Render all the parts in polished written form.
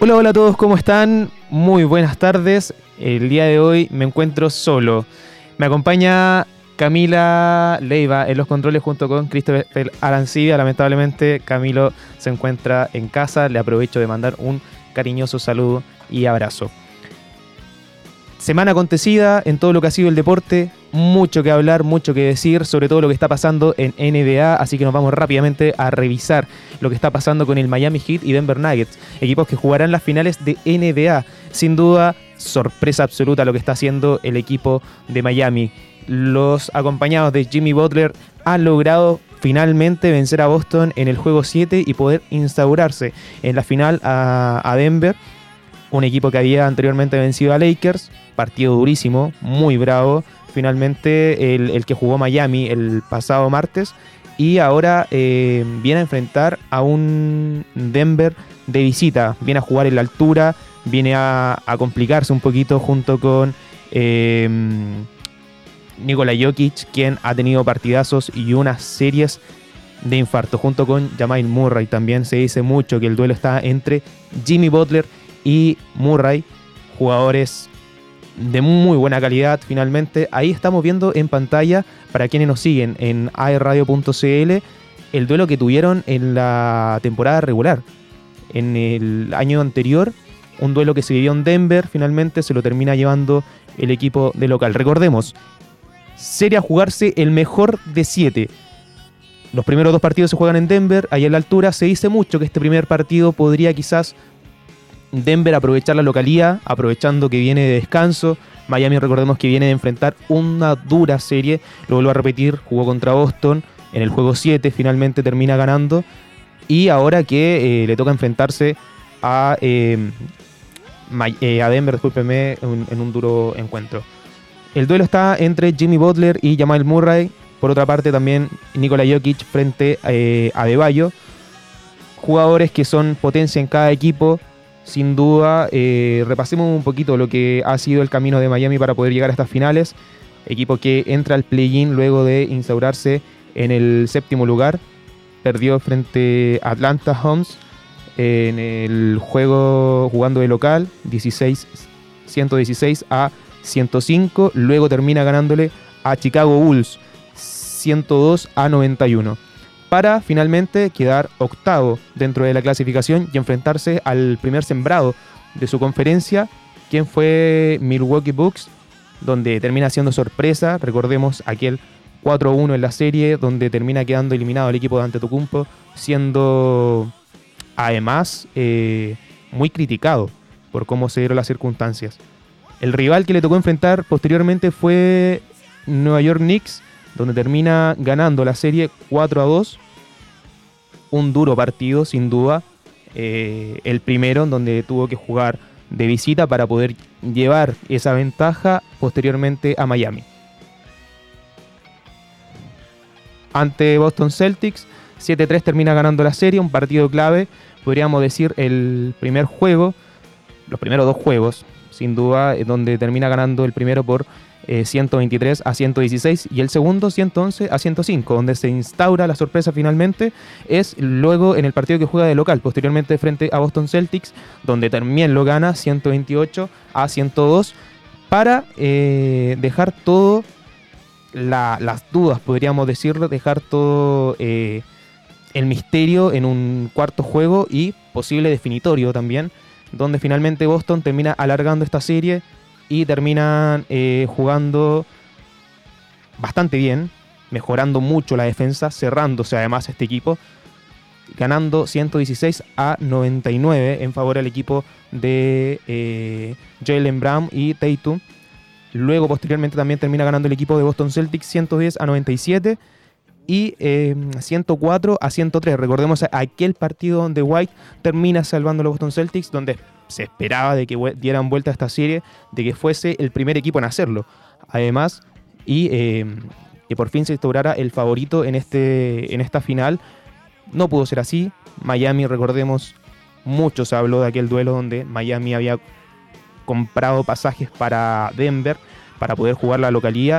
Hola, hola a todos, ¿cómo están? Muy buenas tardes. El día de hoy me encuentro solo. Me acompaña Camila Leiva en los controles junto con Christopher Arancibia. Lamentablemente Camilo se encuentra en casa. Le aprovecho de mandar un cariñoso saludo y abrazo. Semana acontecida en todo lo que ha sido el deporte. Mucho que hablar, mucho que decir sobre todo lo que está pasando en NBA, así que nos vamos rápidamente a revisar lo que está pasando con el Miami Heat y Denver Nuggets, equipos que jugarán las finales de NBA. Sin duda, sorpresa absoluta lo que está haciendo el equipo de Miami. Los acompañados de Jimmy Butler han logrado finalmente vencer a Boston en el juego 7 y poder instaurarse en la final a Denver, un equipo que había anteriormente vencido a Lakers. Partido durísimo, muy bravo. Finalmente el que jugó Miami el pasado martes, y ahora viene a enfrentar a un Denver de visita. Viene a jugar en la altura, viene a complicarse un poquito junto con Nikola Jokic, quien ha tenido partidazos y unas series de infarto, junto con Jamal Murray. También se dice mucho que el duelo está entre Jimmy Butler y Murray, jugadores de muy buena calidad. Finalmente, ahí estamos viendo en pantalla, para quienes nos siguen en aerradio.cl, el duelo que tuvieron en la temporada regular. En el año anterior, un duelo que se vivió en Denver, finalmente se lo termina llevando el equipo de local. Recordemos, serie a jugarse el mejor de 7. Los primeros 2 partidos se juegan en Denver, ahí en la altura. Se dice mucho que este primer partido podría quizás Denver aprovechar la localía, aprovechando que viene de descanso. Miami, recordemos que viene de enfrentar una dura serie, lo vuelvo a repetir, jugó contra Boston en el juego 7, finalmente termina ganando, y ahora que le toca enfrentarse a Denver, discúlpeme, en un duro encuentro. El duelo está entre Jimmy Butler y Jamal Murray. Por otra parte, también Nikola Jokic frente a Adebayo, jugadores que son potencia en cada equipo. Sin duda, repasemos un poquito lo que ha sido el camino de Miami para poder llegar a estas finales. Equipo que entra al play-in luego de instaurarse en el 7º lugar. Perdió frente a Atlanta Hawks en el juego jugando de local, 116 a 105. Luego termina ganándole a Chicago Bulls, 102 a 91. Para finalmente quedar octavo dentro de la clasificación y enfrentarse al primer sembrado de su conferencia, quien fue Milwaukee Bucks, donde termina siendo sorpresa. Recordemos aquel 4-1 en la serie, donde termina quedando eliminado el equipo de Antetokounmpo, siendo además muy criticado por cómo se dieron las circunstancias. El rival que le tocó enfrentar posteriormente fue Nueva York Knicks, donde termina ganando la serie 4-2. Un duro partido, sin duda. El primero, en donde tuvo que jugar de visita para poder llevar esa ventaja posteriormente a Miami. Ante Boston Celtics, 7-3 termina ganando la serie, un partido clave. Podríamos decir el primer juego, los primeros 2 juegos, sin duda, donde termina ganando el primero por 123 a 116 y el segundo 111 a 105, donde se instaura la sorpresa finalmente es luego en el partido que juega de local posteriormente frente a Boston Celtics, donde también lo gana 128 a 102 para dejar todo las dudas, podríamos decirlo, dejar todo el misterio en un cuarto juego y posible definitorio también, donde finalmente Boston termina alargando esta serie y terminan jugando bastante bien, mejorando mucho la defensa, cerrándose además este equipo, ganando 116 a 99 en favor al equipo de Jaylen Brown y Tatum. Luego posteriormente también termina ganando el equipo de Boston Celtics 110 a 97 y 104 a 103. Recordemos aquel partido donde White termina salvando a los Boston Celtics, donde se esperaba de que dieran vuelta a esta serie, de que fuese el primer equipo en hacerlo. Además, y que por fin se instaurara el favorito en esta final. No pudo ser así. Miami, recordemos, mucho se habló de aquel duelo donde Miami había comprado pasajes para Denver para poder jugar la localía.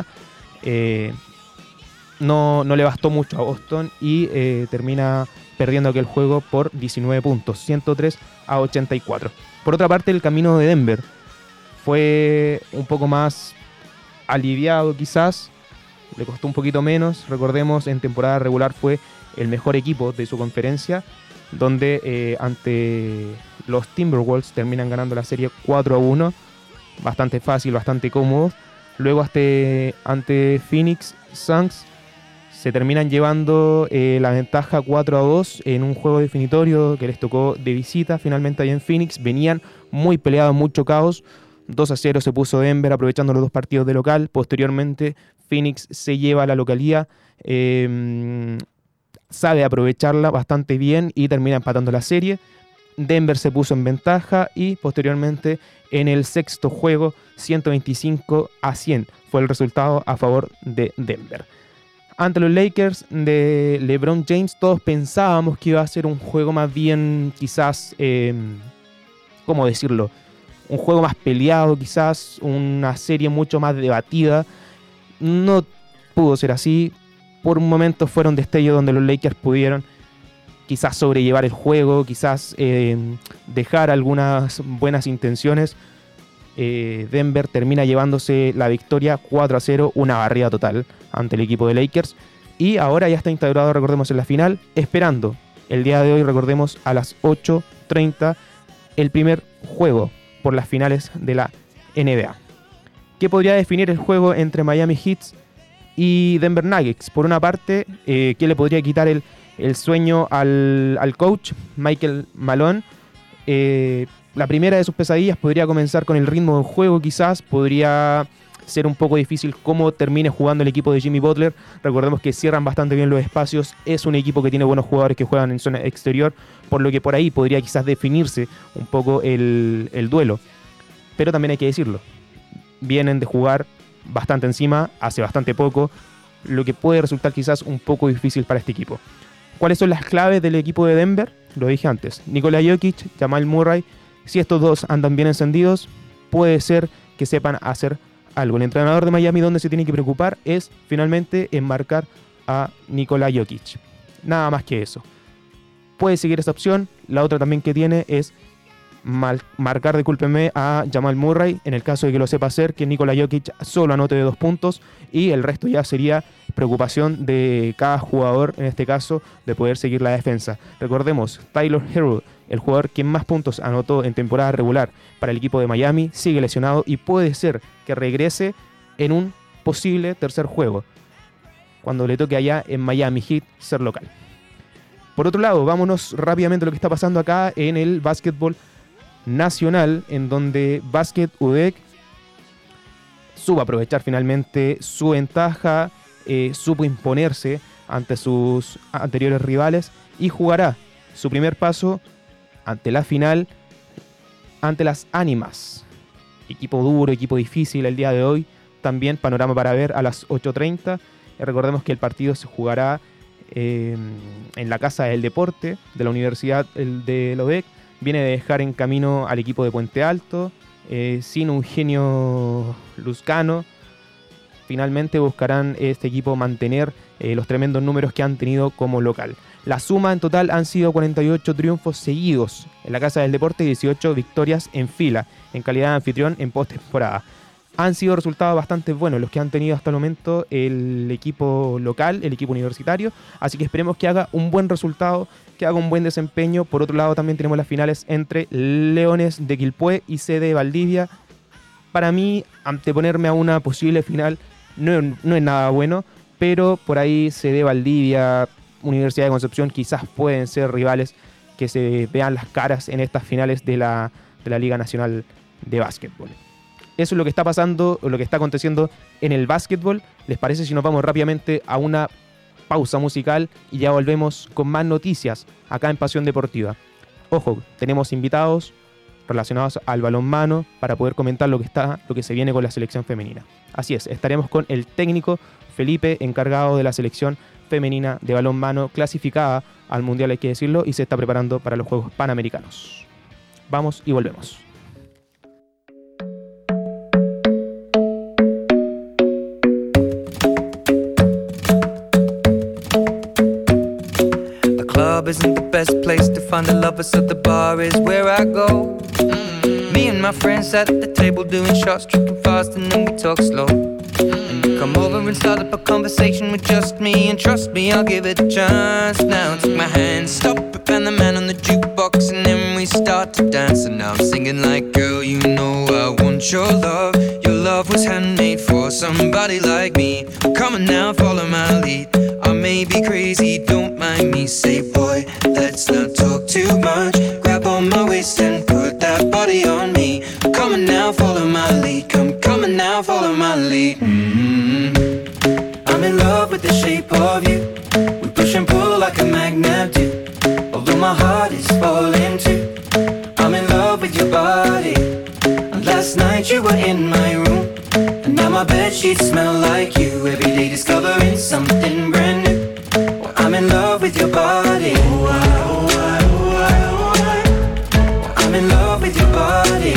No le bastó mucho a Boston y termina perdiendo aquel juego por 19 puntos, 103 a 84. Por otra parte, el camino de Denver fue un poco más aliviado quizás, le costó un poquito menos. Recordemos, en temporada regular fue el mejor equipo de su conferencia, donde ante los Timberwolves terminan ganando la serie 4-1, bastante fácil, bastante cómodo. Luego ante Phoenix Suns se terminan llevando la ventaja 4-2 en un juego definitorio que les tocó de visita finalmente allá en Phoenix. Venían muy peleados, muy chocados. 2-0 se puso Denver aprovechando los dos partidos de local. Posteriormente Phoenix se lleva la localía, sabe aprovecharla bastante bien y termina empatando la serie. Denver se puso en ventaja y posteriormente en el sexto juego 125-100 fue el resultado a favor de Denver. Ante los Lakers de LeBron James, todos pensábamos que iba a ser un juego más bien quizás, ¿cómo decirlo? Un juego más peleado quizás, una serie mucho más debatida. No pudo ser así. Por un momento fueron destellos donde los Lakers pudieron quizás sobrellevar el juego, quizás dejar algunas buenas intenciones. Denver termina llevándose la victoria 4-0, una barrida total ante el equipo de Lakers. Y ahora ya está instaurado, recordemos, en la final, esperando el día de hoy, recordemos, a las 8:30, el primer juego por las finales de la NBA. ¿Qué podría definir el juego entre Miami Heat y Denver Nuggets? Por una parte, ¿qué le podría quitar el sueño al coach Michael Malone? La primera de sus pesadillas podría comenzar con el ritmo del juego, quizás podría ser un poco difícil cómo termine jugando el equipo de Jimmy Butler. Recordemos que cierran bastante bien los espacios, es un equipo que tiene buenos jugadores que juegan en zona exterior, por lo que por ahí podría quizás definirse un poco el duelo. Pero también hay que decirlo, vienen de jugar bastante encima, hace bastante poco, lo que puede resultar quizás un poco difícil para este equipo. ¿Cuáles son las claves del equipo de Denver? Lo dije antes, Nikola Jokic, Jamal Murray. Si estos dos andan bien encendidos, puede ser que sepan hacer algo. El entrenador de Miami, donde se tiene que preocupar, es finalmente enmarcar a Nikola Jokic. Nada más que eso. Puede seguir esa opción. La otra también que tiene es marcar, discúlpenme, a Jamal Murray, en el caso de que lo sepa hacer, que Nikola Jokic solo anote de 2 puntos, y el resto ya sería preocupación de cada jugador, en este caso, de poder seguir la defensa. Recordemos, Tyler Herro, el jugador que más puntos anotó en temporada regular para el equipo de Miami, sigue lesionado y puede ser que regrese en un posible tercer juego, cuando le toque allá en Miami Heat ser local. Por otro lado, vámonos rápidamente a lo que está pasando acá en el básquetbol nacional, en donde Básquet UDEC supo aprovechar finalmente su ventaja, supo imponerse ante sus anteriores rivales y jugará su primer paso ante la final ante las Ánimas. Equipo duro, equipo difícil el día de hoy. También panorama para ver a las 8:30. Recordemos que el partido se jugará en la Casa del Deporte de la Universidad de UDEC. Viene de dejar en camino al equipo de Puente Alto, sin Eugenio Luzcano. Finalmente buscarán este equipo mantener los tremendos números que han tenido como local. La suma en total han sido 48 triunfos seguidos en la Casa del Deporte y 18 victorias en fila, en calidad de anfitrión en postemporada. Han sido resultados bastante buenos los que han tenido hasta el momento el equipo local, el equipo universitario, así que esperemos que haga un buen resultado, que haga un buen desempeño. Por otro lado, también tenemos las finales entre Leones de Quilpué y CD Valdivia. Para mí, anteponerme a una posible final no es nada bueno, pero por ahí CD Valdivia, Universidad de Concepción quizás pueden ser rivales que se vean las caras en estas finales de la Liga Nacional de Básquetbol. Eso es lo que está pasando, lo que está aconteciendo en el básquetbol. ¿Les parece si nos vamos rápidamente a una pausa musical y ya volvemos con más noticias acá en Pasión Deportiva? Ojo, tenemos invitados relacionados al balonmano para poder comentar lo que se viene con la selección femenina. Así es, estaremos con el técnico Felipe, encargado de la selección femenina de balonmano, clasificada al Mundial, hay que decirlo, y se está preparando para los Juegos Panamericanos. Vamos y volvemos. Isn't the best place to find the lovers, so the bar is where I go. Me and my friends sat at the table doing shots, tripping fast, and then we talk slow. And you come over and start up a conversation with just me, and trust me, I'll give it a chance. Now take my hand, stop it, and the man on the jukebox, and then we start to dance. And now I'm singing like, girl, you know I want your love. Your love was handmade for somebody like me. Come on now, follow my lead. I may be crazy, don't mind me. Say, boy, let's not talk too much. Grab on my waist and put that body on me. Come on now, follow my lead. Come on now, follow my lead. I'm in love with the shape of you. We push and pull like a magnet do. Although my heart is falling too. I'm in love with your body. And last night you were in my room, and now my bedsheets smell like you. Every day discovering something brand new. Well, I'm in love with your body. I'm in love with your body.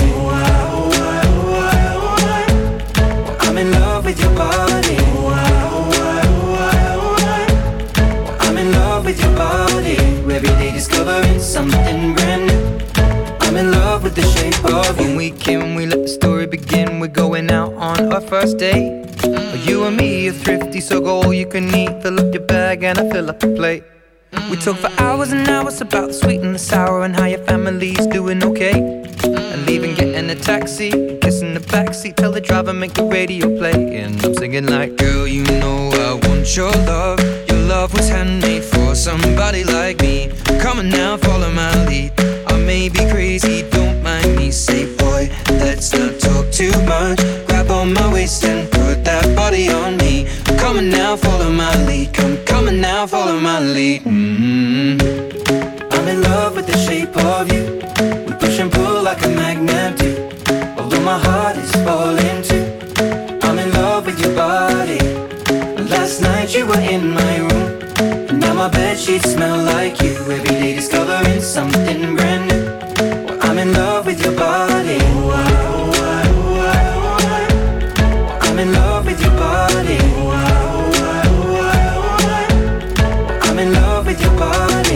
I'm in love with your body. I'm in love with your body. Every day discovering something brand new. I'm in love with the shape of you. When we came, we let the story begin. We're going out on our first date. You and me are thrifty, so go all you can eat. Fill up your bag and I fill up the plate. We talk for hours and hours about the sweet and the sour, and how your family's doing okay. And leaving, getting a taxi, kissing the backseat, tell the driver make the radio play. And I'm singing like, girl, you know I want your love. Your love was handmade for somebody like me. Come on now, follow my lead. I may be crazy, don't mind me. Say, boy, let's not talk too much. Grab on my waist and put that body on me. Come on now, follow my lead. Come on now, follow my lead. I'm in love with the shape of you. We push and pull like a magnet do. Although my heart is falling too. I'm in love with your body. Last night you were in my room, and now my bedsheets smell like you. Every day discovering something brand new. Well, I'm in love with your body. I'm in love with your body. I'm in love with your body.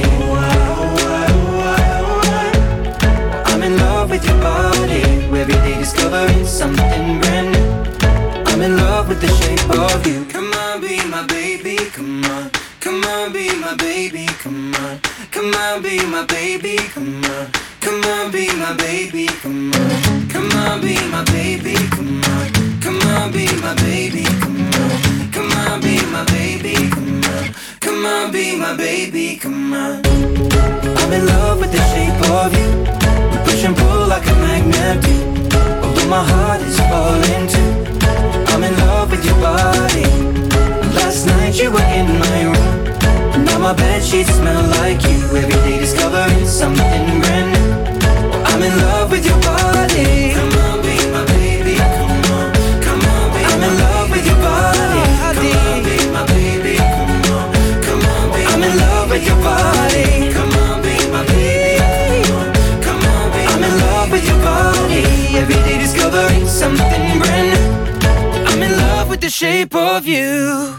I'm in love with your body. Every day discovering something brand new. I'm in love with the shape of you. Come on, be my baby, come on. Come on, be my baby, come on. Come on, be my baby, come on. Come on, be my baby, come on. Come on, be my baby, come on. Come on, be my baby, come on. Come on, be my baby, come on. Come on, be my baby, come on. I'm in love with the shape of you. We push and pull like a magnet do. Although my heart is falling too. I'm in love with your body. Last night you were in my room, and now my bedsheets smell like you. Every day discovering something brand new. Well, I'm in love with your body. Come on, be my baby. Come on, come on, be I'm in love with your body. Come on, be my baby. Come on, come on, be I'm in love with your body. Come on, be my baby. Come on, be I'm in love with your body. Every day discovering something brand new. I'm in love with the shape of you.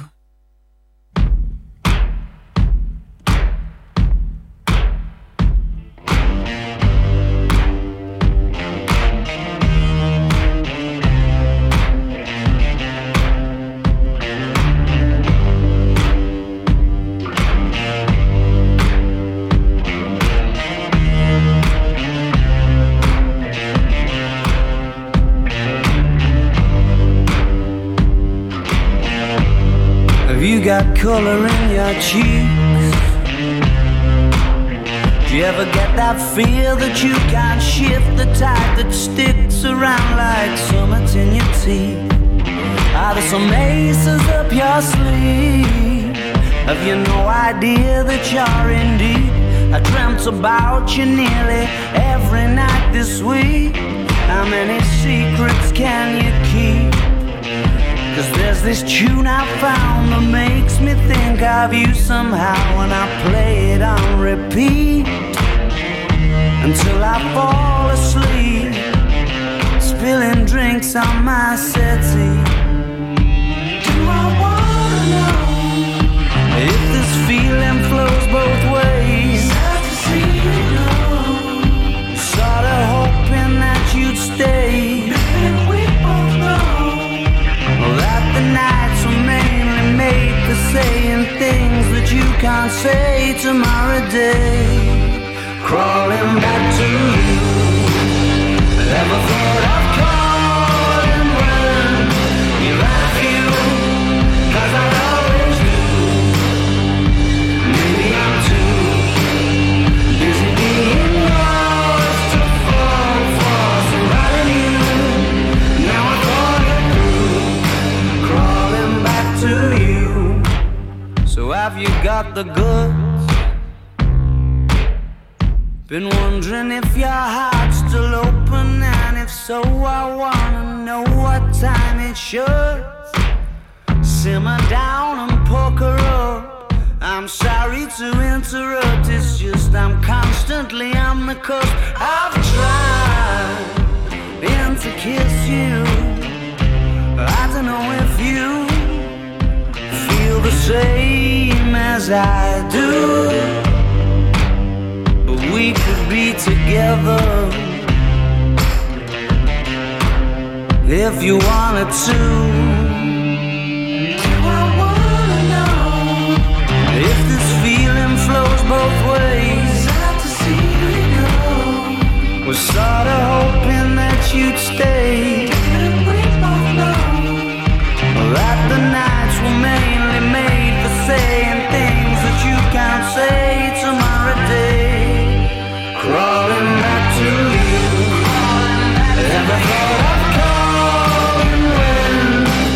You got color in your cheeks. Do you ever get that feel that you can't shift, the type that sticks around like summits in your teeth? Are there some aces up your sleeve? Have you no idea that you're in deep? I dreamt about you nearly every night this week. How many secrets can you keep? 'Cause there's this tune I found that makes me think of you somehow, and I play it on repeat until I fall asleep, spilling drinks on my settee. Do I wanna know if this feeling flows both ways? Sorta hoping that you'd the goods. Been wondering if your heart's still open, and if so, I wanna know what time it should. Simmer down and poker up. I'm sorry to interrupt, it's just I'm constantly on the cusp. I've tried been to kiss you. I don't know if you feel the same as I do, but we could be together if you wanted to. If this feeling flows both ways, sad to see you go. Was sorta hoping that you'd stay. Didn't we both know that the nights were mainly made for saying things that you can't say tomorrow day. Crawling back to you, and the thought of calling when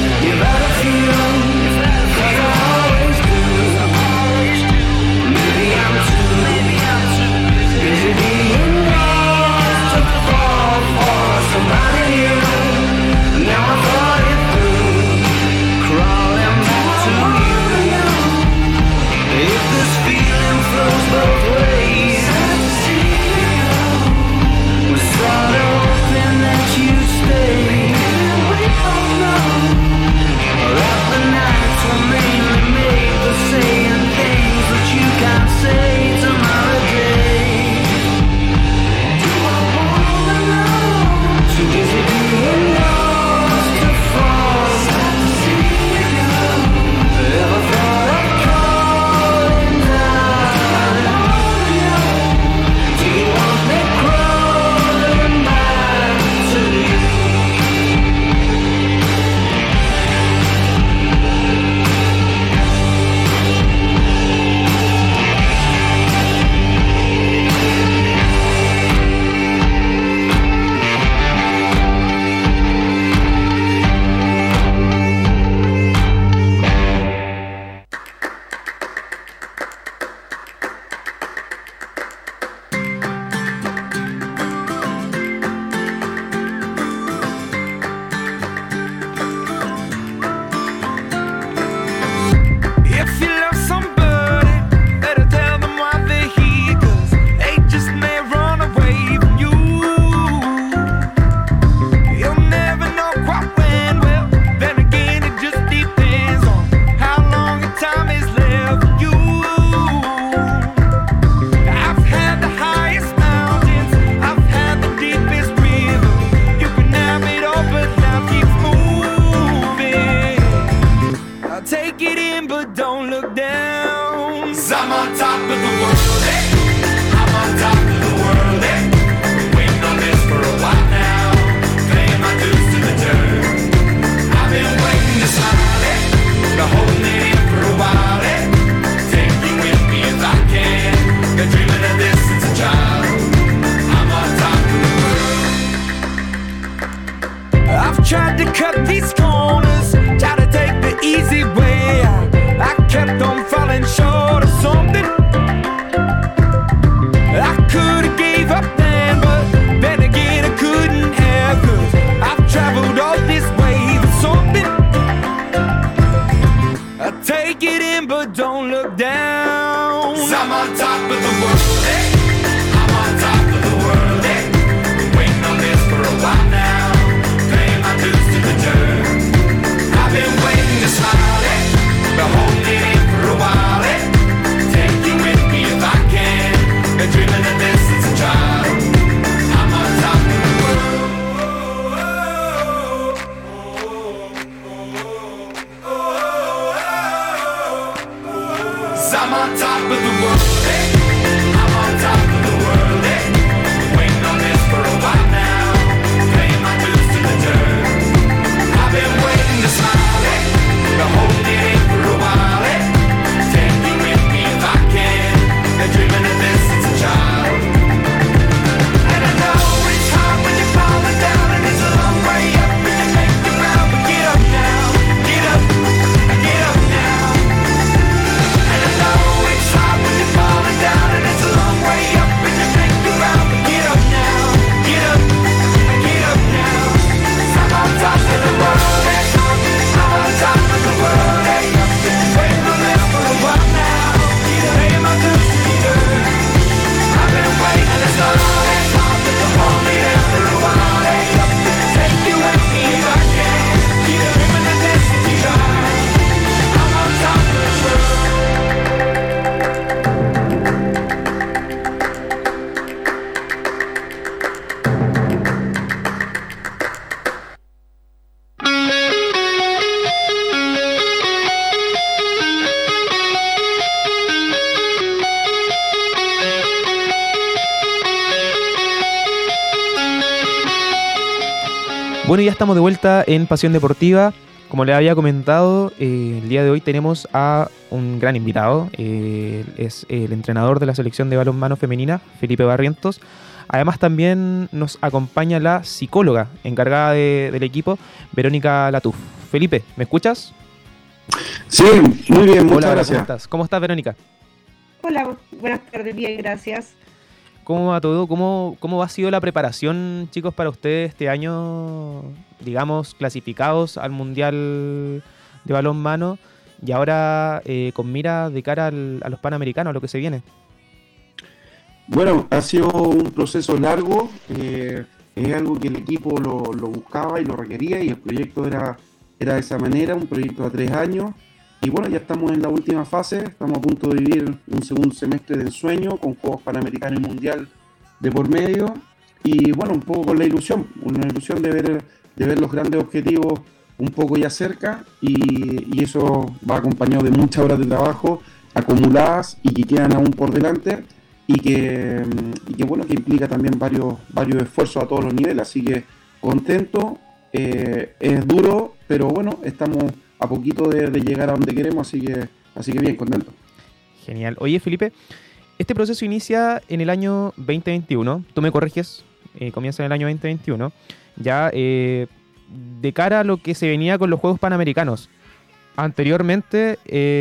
Bueno, ya estamos de vuelta en Pasión Deportiva. Como les había comentado, el día de hoy tenemos a un gran invitado. Es el entrenador de la selección de balonmano femenina, Felipe Barrientos. Además también nos acompaña la psicóloga encargada del equipo, Verónica Latuf. Felipe, ¿me escuchas? Sí, muy bien, muchas Hola, gracias. ¿cómo estás? ¿Cómo estás, Verónica? Hola, buenas tardes, bien, gracias. ¿Cómo va todo? ¿Cómo ha sido la preparación, chicos, para ustedes este año, digamos, clasificados al Mundial de Balonmano y ahora con mira de cara a los Panamericanos, a lo que se viene? Bueno, ha sido un proceso largo, es algo que el equipo lo buscaba y lo requería, y el proyecto era de esa manera, un proyecto a 3 años. Y bueno, ya estamos en la última fase, estamos a punto de vivir un segundo semestre de ensueño con Juegos Panamericanos y Mundial de por medio. Y bueno, un poco con la ilusión, una ilusión de ver los grandes objetivos un poco ya cerca, y eso va acompañado de muchas horas de trabajo acumuladas y que quedan aún por delante, y que bueno, que implica también varios esfuerzos a todos los niveles. Así que contento, es duro, pero bueno, estamos a poquito de llegar a donde queremos, así que bien, contento. Genial. Oye, Felipe, este proceso inicia en el año 2021. Tú me corriges, comienza en el año 2021. Ya de cara a lo que se venía con los Juegos Panamericanos. Anteriormente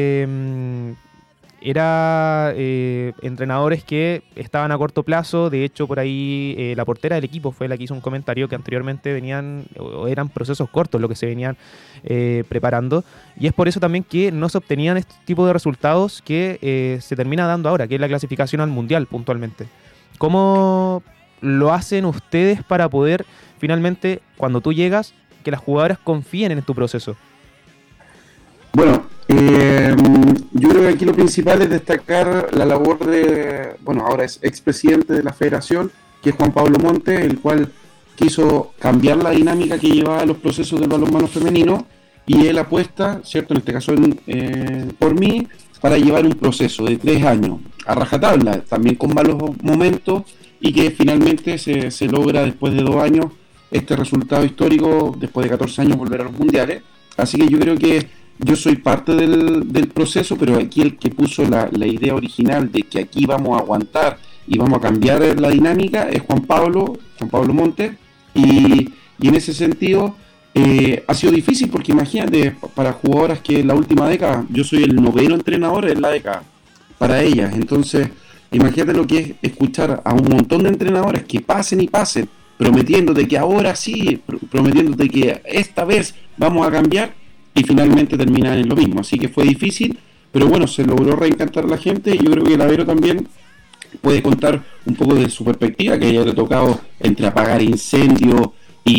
era entrenadores que estaban a corto plazo. De hecho, por ahí la portera del equipo fue la que hizo un comentario que anteriormente venían o eran procesos cortos lo que se venían preparando, y es por eso también que no se obtenían este tipo de resultados que se termina dando ahora, que es la clasificación al Mundial puntualmente. ¿Cómo lo hacen ustedes para poder finalmente, cuando tú llegas, que las jugadoras confíen en tu proceso? Bueno, yo creo que aquí lo principal es destacar la labor de, bueno, ahora es expresidente de la federación, que es Juan Pablo Montes, el cual quiso cambiar la dinámica que llevaba los procesos del balonmano femenino, y él apuesta, ¿cierto?, en este caso por mí, para llevar un proceso de 3 años a rajatabla, también con malos momentos, y que finalmente se logra después de 2 años este resultado histórico, después de 14 años volver a los mundiales. Así que yo creo que yo soy parte del proceso, pero aquí el que puso la idea original de que aquí vamos a aguantar y vamos a cambiar la dinámica es Juan Pablo Montes, y en ese sentido ha sido difícil, porque imagínate, para jugadoras que en la última década, yo soy el 9º entrenador en la década para ellas, entonces imagínate lo que es escuchar a un montón de entrenadores que pasen y pasen, prometiéndote que ahora sí, prometiéndote que esta vez vamos a cambiar, y finalmente terminar en lo mismo. Así que fue difícil, pero bueno, se logró reencantar a la gente, y yo creo que el Avero también puede contar un poco de su perspectiva, que haya le tocado entre apagar incendios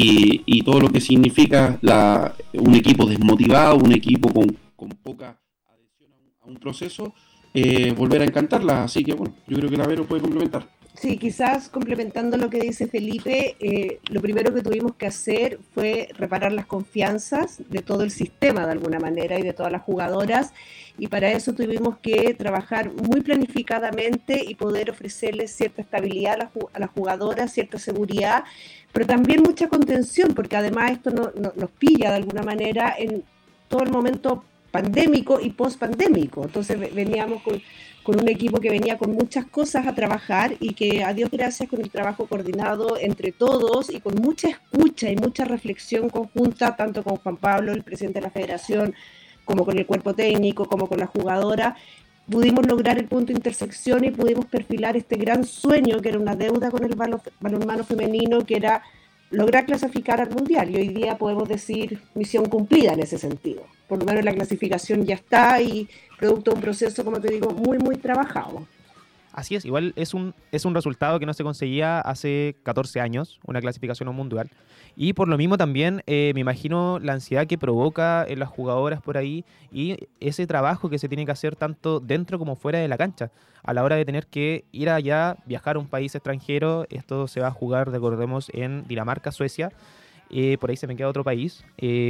y todo lo que significa un equipo desmotivado, un equipo con poca adhesión a un proceso, volver a encantarla. Así que bueno, yo creo que el Avero puede complementar. Sí, quizás complementando lo que dice Felipe, lo primero que tuvimos que hacer fue reparar las confianzas de todo el sistema de alguna manera y de todas las jugadoras, y para eso tuvimos que trabajar muy planificadamente y poder ofrecerles cierta estabilidad a las jugadoras, cierta seguridad, pero también mucha contención, porque además esto nos pilla de alguna manera en todo el momento pandémico y post-pandémico. Entonces veníamos con un equipo que venía con muchas cosas a trabajar, y que a Dios gracias, con el trabajo coordinado entre todos y con mucha escucha y mucha reflexión conjunta, tanto con Juan Pablo, el presidente de la federación, como con el cuerpo técnico, como con la jugadora, pudimos lograr el punto de intersección y pudimos perfilar este gran sueño que era una deuda con el balonmano femenino, que era lograr clasificar al Mundial, y hoy día podemos decir misión cumplida en ese sentido. Por lo menos la clasificación ya está, y producto de un proceso, como te digo, muy, muy trabajado. Así es, igual es un resultado que no se conseguía hace 14 años, una clasificación a un mundial. Y por lo mismo también me imagino la ansiedad que provoca en las jugadoras por ahí, y ese trabajo que se tiene que hacer tanto dentro como fuera de la cancha, a la hora de tener que ir allá, viajar a un país extranjero. Esto se va a jugar, recordemos, en Dinamarca, Suecia, por ahí se me queda otro país.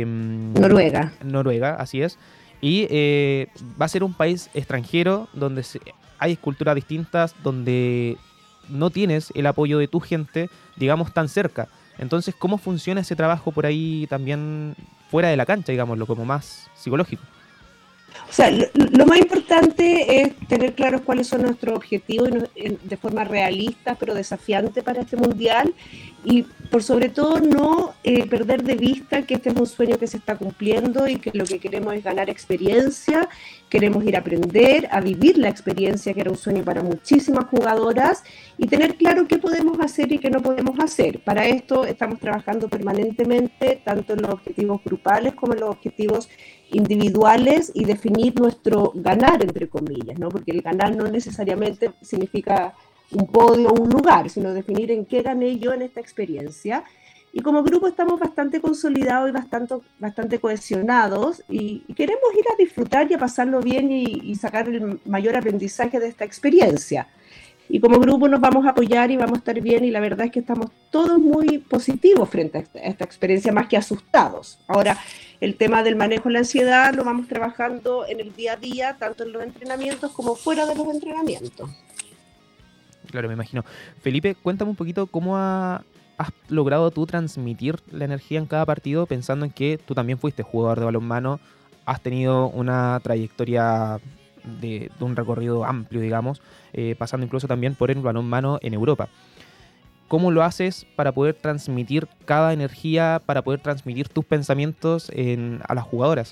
Noruega, así es. Y va a ser un país extranjero donde hay culturas distintas, donde no tienes el apoyo de tu gente, digamos, tan cerca. Entonces, ¿cómo funciona ese trabajo por ahí también fuera de la cancha, digámoslo, como más psicológico? O sea, lo más importante es tener claros cuáles son nuestros objetivos de forma realista, pero desafiante para este mundial, y por sobre todo no perder de vista que este es un sueño que se está cumpliendo y que lo que queremos es ganar experiencia, queremos ir a aprender, a vivir la experiencia que era un sueño para muchísimas jugadoras y tener claro qué podemos hacer y qué no podemos hacer. Para esto estamos trabajando permanentemente, tanto en los objetivos grupales como en los objetivos individuales, y definir nuestro ganar, entre comillas, ¿no? Porque el ganar no necesariamente significa un podio o un lugar, sino definir en qué gané yo en esta experiencia. Y como grupo estamos bastante consolidados y bastante cohesionados, y queremos ir a disfrutar y a pasarlo bien y sacar el mayor aprendizaje de esta experiencia. Y como grupo nos vamos a apoyar y vamos a estar bien, y la verdad es que estamos todos muy positivos frente a esta experiencia, más que asustados. Ahora, el tema del manejo de la ansiedad lo vamos trabajando en el día a día, tanto en los entrenamientos como fuera de los entrenamientos. Claro, me imagino. Felipe, cuéntame un poquito cómo has logrado tú transmitir la energía en cada partido, pensando en que tú también fuiste jugador de balonmano, has tenido una trayectoria de un recorrido amplio, digamos, pasando incluso también por el balonmano en Europa. ¿Cómo lo haces para poder transmitir cada energía, para poder transmitir tus pensamientos a las jugadoras?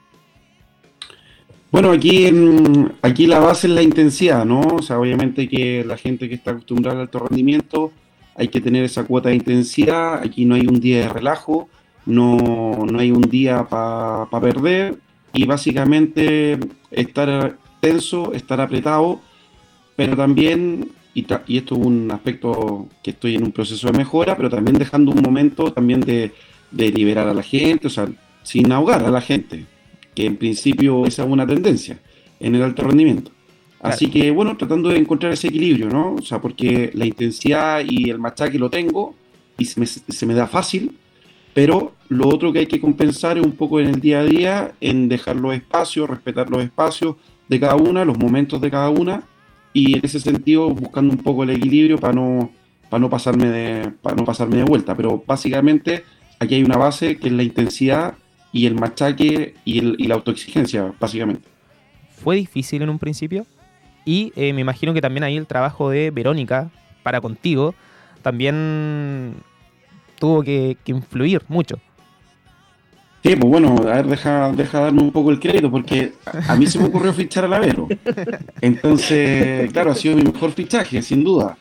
Bueno, aquí la base es la intensidad, ¿no? O sea, obviamente que la gente que está acostumbrada al alto rendimiento, hay que tener esa cuota de intensidad. Aquí no hay un día de relajo, no hay un día para perder, y básicamente estar tenso, estar apretado, pero también, y esto es un aspecto que estoy en un proceso de mejora, pero también dejando un momento también de liberar a la gente, o sea, sin ahogar a la gente, que en principio esa es una tendencia en el alto rendimiento. Así que, bueno, tratando de encontrar ese equilibrio, ¿no? O sea, porque la intensidad y el machaque lo tengo y se me da fácil, pero lo otro que hay que compensar es un poco en el día a día, en dejar los espacios, respetar los espacios de cada una, los momentos de cada una, y en ese sentido buscando un poco el equilibrio para no pasarme de vuelta. Pero básicamente aquí hay una base que es la intensidad y el machaque y la autoexigencia, básicamente. ¿Fue difícil en un principio? Y me imagino que también ahí el trabajo de Verónica para contigo también tuvo que influir mucho. Sí, pues bueno, a ver, deja darme un poco el crédito, porque a mí se me ocurrió fichar a Lavero. Entonces, claro, ha sido mi mejor fichaje, sin duda.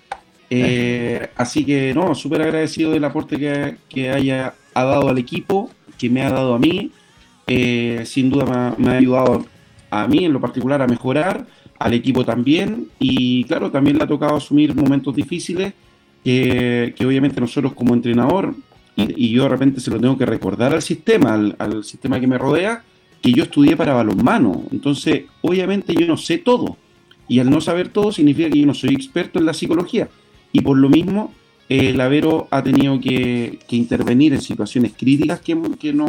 Así que, no, súper agradecido del aporte que ha dado al equipo, que me ha dado a mí. Sin duda me ha ayudado a mí en lo particular a mejorar, al equipo también, y claro, también le ha tocado asumir momentos difíciles que obviamente nosotros como entrenador, y yo de repente se lo tengo que recordar al sistema, al sistema que me rodea, que yo estudié para balonmano. Entonces, obviamente yo no sé todo, y al no saber todo significa que yo no soy experto en la psicología, y por lo mismo Lavero ha tenido que intervenir en situaciones críticas que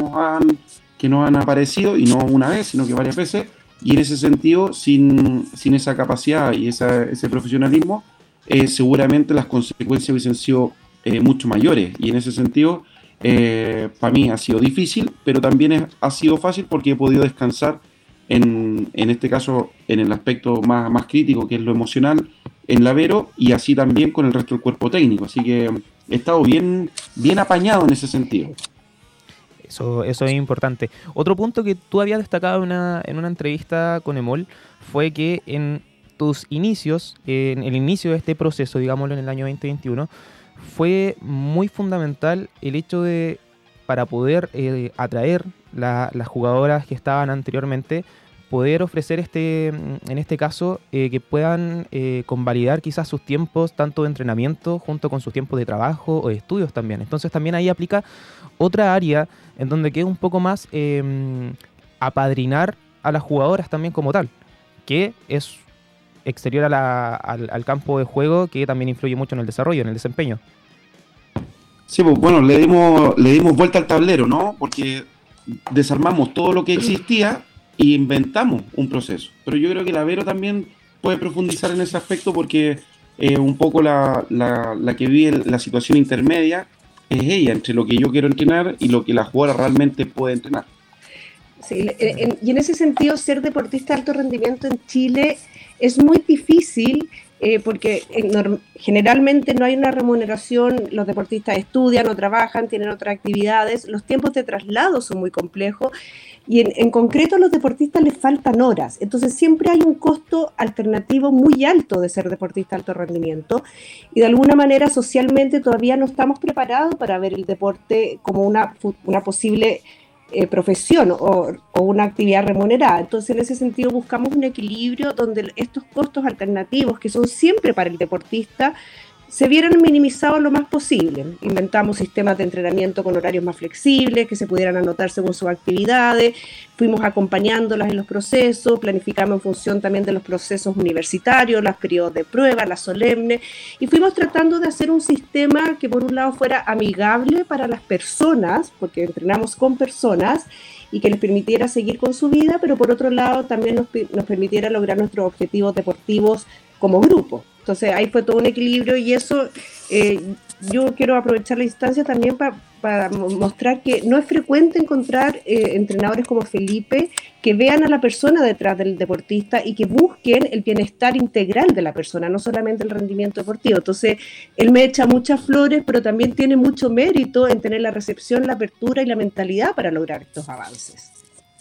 nos han aparecido, y no una vez, sino que varias veces, y en ese sentido, sin esa capacidad y ese profesionalismo, seguramente las consecuencias hubiesen sido mucho mayores, y en ese sentido para mí ha sido difícil, pero también ha sido fácil porque he podido descansar en este caso en el aspecto más crítico, que es lo emocional, en Lavero, y así también con el resto del cuerpo técnico, así que he estado bien apañado en ese sentido. Eso es importante. Otro punto que tú habías destacado en una entrevista con Emol fue que en tus inicios, en el inicio de este proceso, digámoslo, en el año 2021, fue muy fundamental el hecho de, para poder atraer las jugadoras que estaban anteriormente, poder ofrecer en este caso, que puedan convalidar quizás sus tiempos tanto de entrenamiento junto con sus tiempos de trabajo o de estudios también. Entonces también ahí aplica otra área en donde queda un poco más apadrinar a las jugadoras también como tal, que es exterior al campo de juego, que también influye mucho en el desarrollo, en el desempeño. Sí, pues bueno, le dimos vuelta al tablero, ¿no? Porque desarmamos todo lo que existía y inventamos un proceso. Pero yo creo que Lavero también puede profundizar en ese aspecto, porque un poco la que vive la situación intermedia, es ella, entre lo que yo quiero entrenar y lo que la jugadora realmente puede entrenar. Sí, y en ese sentido, ser deportista de alto rendimiento en Chile es muy difícil porque generalmente no hay una remuneración, los deportistas estudian o trabajan, tienen otras actividades, los tiempos de traslado son muy complejos y en concreto a los deportistas les faltan horas, entonces siempre hay un costo alternativo muy alto de ser deportista de alto rendimiento y de alguna manera socialmente todavía no estamos preparados para ver el deporte como una posible profesión o una actividad remunerada. Entonces, en ese sentido, buscamos un equilibrio donde estos costos alternativos, que son siempre para el deportista, se vieran minimizados lo más posible. Inventamos sistemas de entrenamiento con horarios más flexibles, que se pudieran anotar según sus actividades, fuimos acompañándolas en los procesos, planificamos en función también de los procesos universitarios, los periodos de prueba, las solemnes, y fuimos tratando de hacer un sistema que por un lado fuera amigable para las personas, porque entrenamos con personas, y que les permitiera seguir con su vida, pero por otro lado también nos permitiera lograr nuestros objetivos deportivos como grupo. Entonces ahí fue todo un equilibrio y eso yo quiero aprovechar la instancia también para mostrar que no es frecuente encontrar entrenadores como Felipe que vean a la persona detrás del deportista y que busquen el bienestar integral de la persona, no solamente el rendimiento deportivo. Entonces él me echa muchas flores, pero también tiene mucho mérito en tener la recepción, la apertura y la mentalidad para lograr estos avances.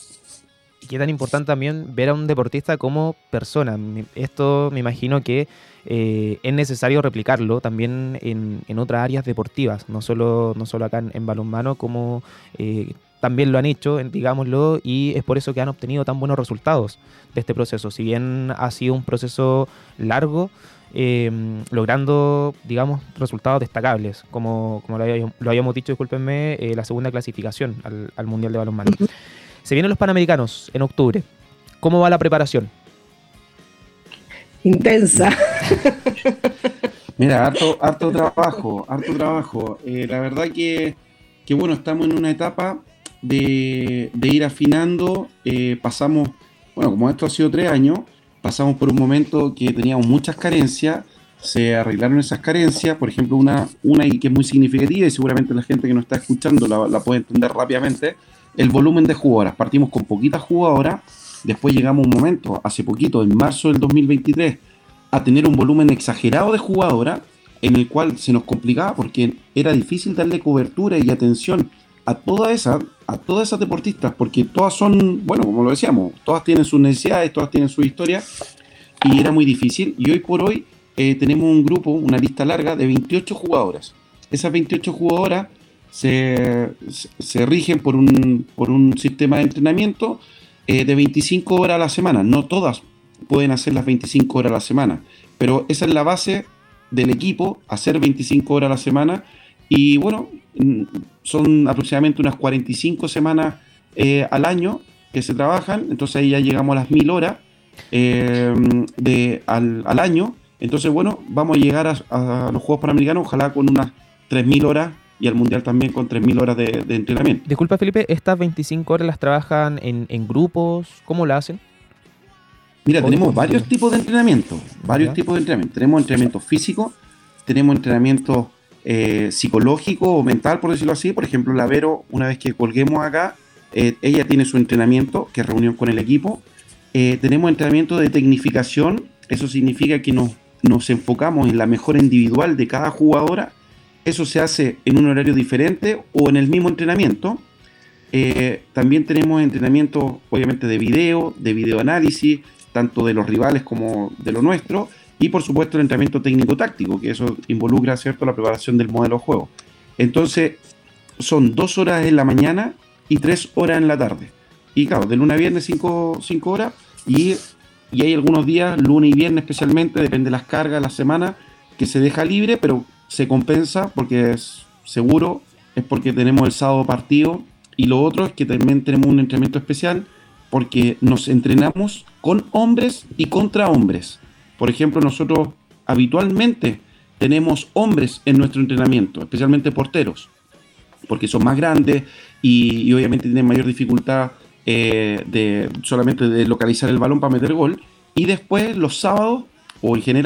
Y qué tan importante también ver a un deportista como persona. Esto me imagino que es necesario replicarlo también en otras áreas deportivas, no solo acá en balonmano, como también lo han hecho, digámoslo, y es por eso que han obtenido tan buenos resultados de este proceso. Si bien ha sido un proceso largo, logrando, digamos, resultados destacables, como lo habíamos dicho, discúlpenme, la segunda clasificación al Mundial de Balonmano. Se vienen los Panamericanos en octubre. ¿Cómo va la preparación? Intensa. Mira, harto trabajo. La verdad que bueno, estamos en una etapa de ir afinando. Pasamos, bueno, como esto ha sido 3 años, pasamos por un momento que teníamos muchas carencias, se arreglaron esas carencias. Por ejemplo, una que es muy significativa y seguramente la gente que nos está escuchando la puede entender rápidamente, el volumen de jugadoras. Partimos con poquitas jugadoras, después llegamos a un momento, hace poquito, en marzo del 2023, a tener un volumen exagerado de jugadoras, en el cual se nos complicaba porque era difícil darle cobertura y atención a todas esas deportistas, porque todas son, bueno, como lo decíamos, todas tienen sus necesidades, todas tienen su historia, y era muy difícil. Y hoy por hoy tenemos un grupo, una lista larga de 28 jugadoras. Esas 28 jugadoras se rigen por un sistema de entrenamiento de 25 horas a la semana. No todas pueden hacer las 25 horas a la semana, pero esa es la base del equipo, hacer 25 horas a la semana. Y bueno, son aproximadamente unas 45 semanas al año que se trabajan, entonces ahí ya llegamos a las 1000 horas al año. Entonces bueno, vamos a llegar a los Juegos Panamericanos ojalá con unas 3000 horas y al Mundial también con 3000 horas de entrenamiento. Disculpa, Felipe, ¿estas 25 horas las trabajan en grupos? ¿Cómo la hacen? Mira, tenemos varios tipos de entrenamiento. Tenemos entrenamiento físico, tenemos entrenamiento psicológico o mental, por decirlo así. Por ejemplo, la Vero, una vez que colguemos acá, ella tiene su entrenamiento, que es reunión con el equipo. Tenemos entrenamiento de tecnificación. Eso significa que nos enfocamos en la mejora individual de cada jugadora. Eso se hace en un horario diferente o en el mismo entrenamiento. También tenemos entrenamiento, obviamente, de videoanálisis, tanto de los rivales como de lo nuestro, y por supuesto el entrenamiento técnico-táctico, que eso involucra, ¿cierto?, la preparación del modelo de juego. Entonces, son 2 horas en la mañana y 3 horas en la tarde. Y claro, de lunes a viernes 5 horas, y hay algunos días, lunes y viernes especialmente, depende de las cargas, la semana, que se deja libre, pero se compensa porque es seguro, es porque tenemos el sábado partido. Y lo otro es que también tenemos un entrenamiento especial porque nos entrenamos con hombres y contra hombres. Por ejemplo, nosotros habitualmente tenemos hombres en nuestro entrenamiento, especialmente porteros, porque son más grandes y obviamente tienen mayor dificultad solamente de localizar el balón para meter gol. Y después los sábados, o en general,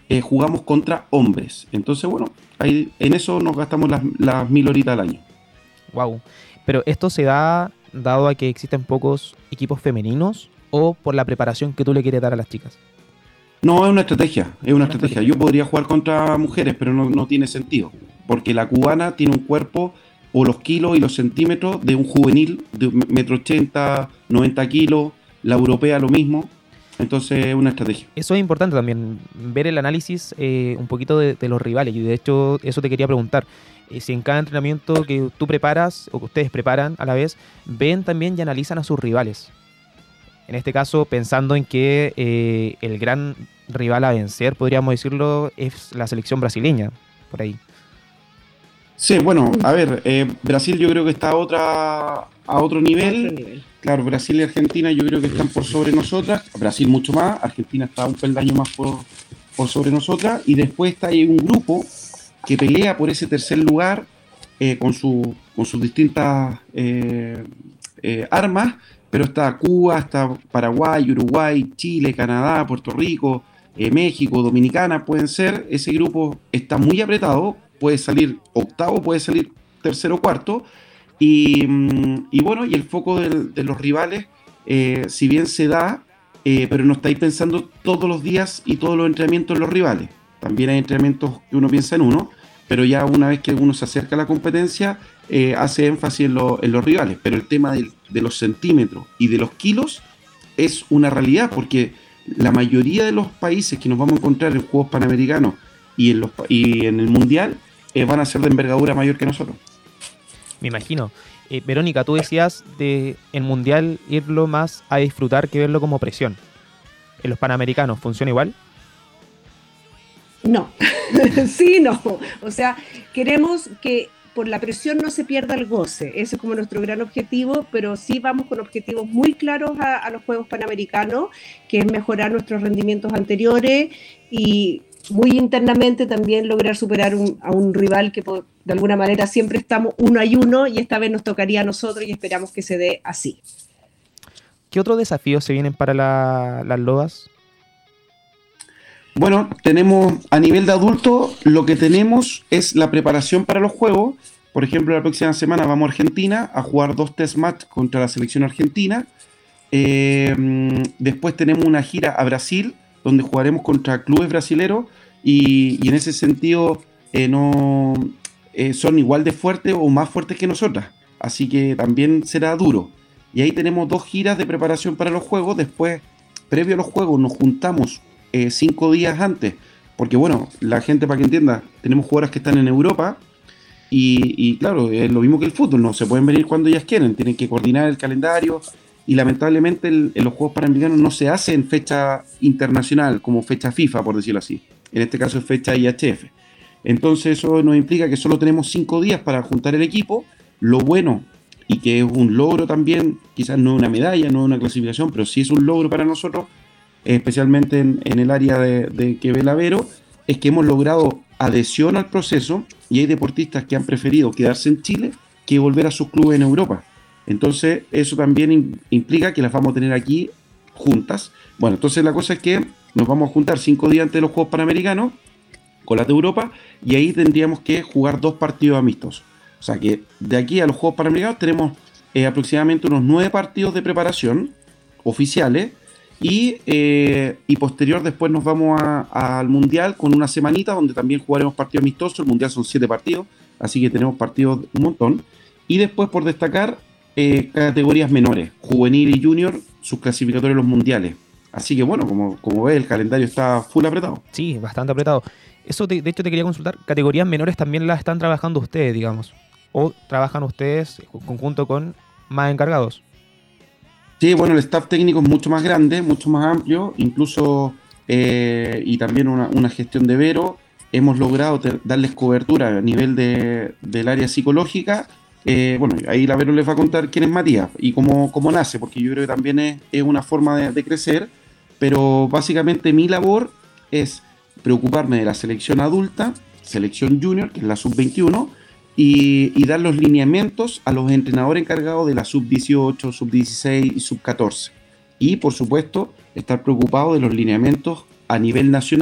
jugamos contra hombres. Entonces, bueno, ahí, en eso nos gastamos las 1000 horitas al año. Wow. Pero esto se da dado a que existen pocos equipos femeninos o por la preparación que tú le quieres dar a las chicas. No, es una estrategia, es una estrategia. Yo podría jugar contra mujeres, pero no tiene sentido. Porque la cubana tiene un cuerpo o los kilos y los centímetros de un juvenil de 1,80 m, 90 kilos, la europea lo mismo. Entonces es una estrategia. Eso es importante también, ver el análisis un poquito de los rivales. Y de hecho, eso te quería preguntar. Si en cada entrenamiento que tú preparas o que ustedes preparan a la vez, ven también y analizan a sus rivales. En este caso, pensando en que el gran rival a vencer, podríamos decirlo, es la selección brasileña, por ahí. Sí, bueno, a ver, Brasil yo creo que está a otro nivel. Claro, Brasil y Argentina yo creo que están por sobre nosotras. Brasil mucho más, Argentina está un peldaño más por sobre nosotras. Y después está ahí un grupo que pelea por ese tercer lugar con sus distintas armas, pero está Cuba, está Paraguay, Uruguay, Chile, Canadá, Puerto Rico, México, Dominicana, pueden ser. Ese grupo está muy apretado, puede salir octavo, puede salir tercero o cuarto, y bueno, y el foco de los rivales, si bien se da, pero no estáis pensando todos los días y todos los entrenamientos en los rivales. También hay entrenamientos que uno piensa en uno, pero ya una vez que uno se acerca a la competencia, hace énfasis en los rivales. Pero el tema de los centímetros y de los kilos es una realidad, porque la mayoría de los países que nos vamos a encontrar en Juegos Panamericanos y en el Mundial van a ser de envergadura mayor que nosotros. Me imagino. Verónica, tú decías de el Mundial irlo más a disfrutar que verlo como presión. ¿En los Panamericanos funciona igual? No, sí, no. O sea, queremos que por la presión no se pierda el goce. Ese es como nuestro gran objetivo, pero sí vamos con objetivos muy claros a los Juegos Panamericanos, que es mejorar nuestros rendimientos anteriores y muy internamente también lograr superar a un rival que de alguna manera siempre estamos 1-1 y esta vez nos tocaría a nosotros y esperamos que se dé así. ¿Qué otros desafíos se vienen para las loas? Bueno, tenemos a nivel de adulto, lo que tenemos es la preparación para los juegos. Por ejemplo, la próxima semana vamos a Argentina a jugar 2 test match contra la selección argentina. Después tenemos una gira a Brasil, donde jugaremos contra clubes brasileros y en ese sentido son igual de fuertes o más fuertes que nosotras. Así que también será duro. Y ahí tenemos 2 giras de preparación para los juegos. Después, previo a los juegos, nos juntamos 5 días antes, porque bueno, la gente, para que entienda, tenemos jugadoras que están en Europa y claro, es lo mismo que el fútbol, no se pueden venir cuando ellas quieren, tienen que coordinar el calendario y lamentablemente en los Juegos Panamericanos no se hace en fecha internacional, como fecha FIFA, por decirlo así, en este caso es fecha IHF. Entonces eso nos implica que solo tenemos 5 días para juntar el equipo. Lo bueno, y que es un logro también, quizás no una medalla, no una clasificación, pero sí es un logro para nosotros, especialmente en el área de que ve la Vero, es que hemos logrado adhesión al proceso y hay deportistas que han preferido quedarse en Chile que volver a sus clubes en Europa. Entonces eso también implica que las vamos a tener aquí juntas. Bueno, entonces la cosa es que nos vamos a juntar 5 días antes de los Juegos Panamericanos con las de Europa y ahí tendríamos que jugar 2 partidos amistosos. O sea que de aquí a los Juegos Panamericanos tenemos aproximadamente unos 9 partidos de preparación oficiales. Y posterior después nos vamos al Mundial con una semanita donde también jugaremos partidos amistosos. El Mundial son 7 partidos, así que tenemos partidos un montón. Y después, por destacar, categorías menores, juvenil y junior, sus clasificatorios en los mundiales. Así que bueno, como ves, el calendario está full apretado. Sí, bastante apretado. Eso de hecho te quería consultar, categorías menores también las están trabajando ustedes, digamos, o trabajan ustedes conjunto con más encargados. Sí, bueno, el staff técnico es mucho más grande, mucho más amplio, incluso y también una gestión de Vero. Hemos logrado darles cobertura a nivel del área psicológica. Bueno, ahí la Vero les va a contar quién es Matías y cómo nace, porque yo creo que también es una forma de crecer, pero básicamente mi labor es preocuparme de la selección adulta, selección junior, que es la sub-21, y dar los lineamientos a los entrenadores encargados de la sub-18, sub-16 y sub-14. Y, por supuesto, estar preocupado de los lineamientos a nivel nacional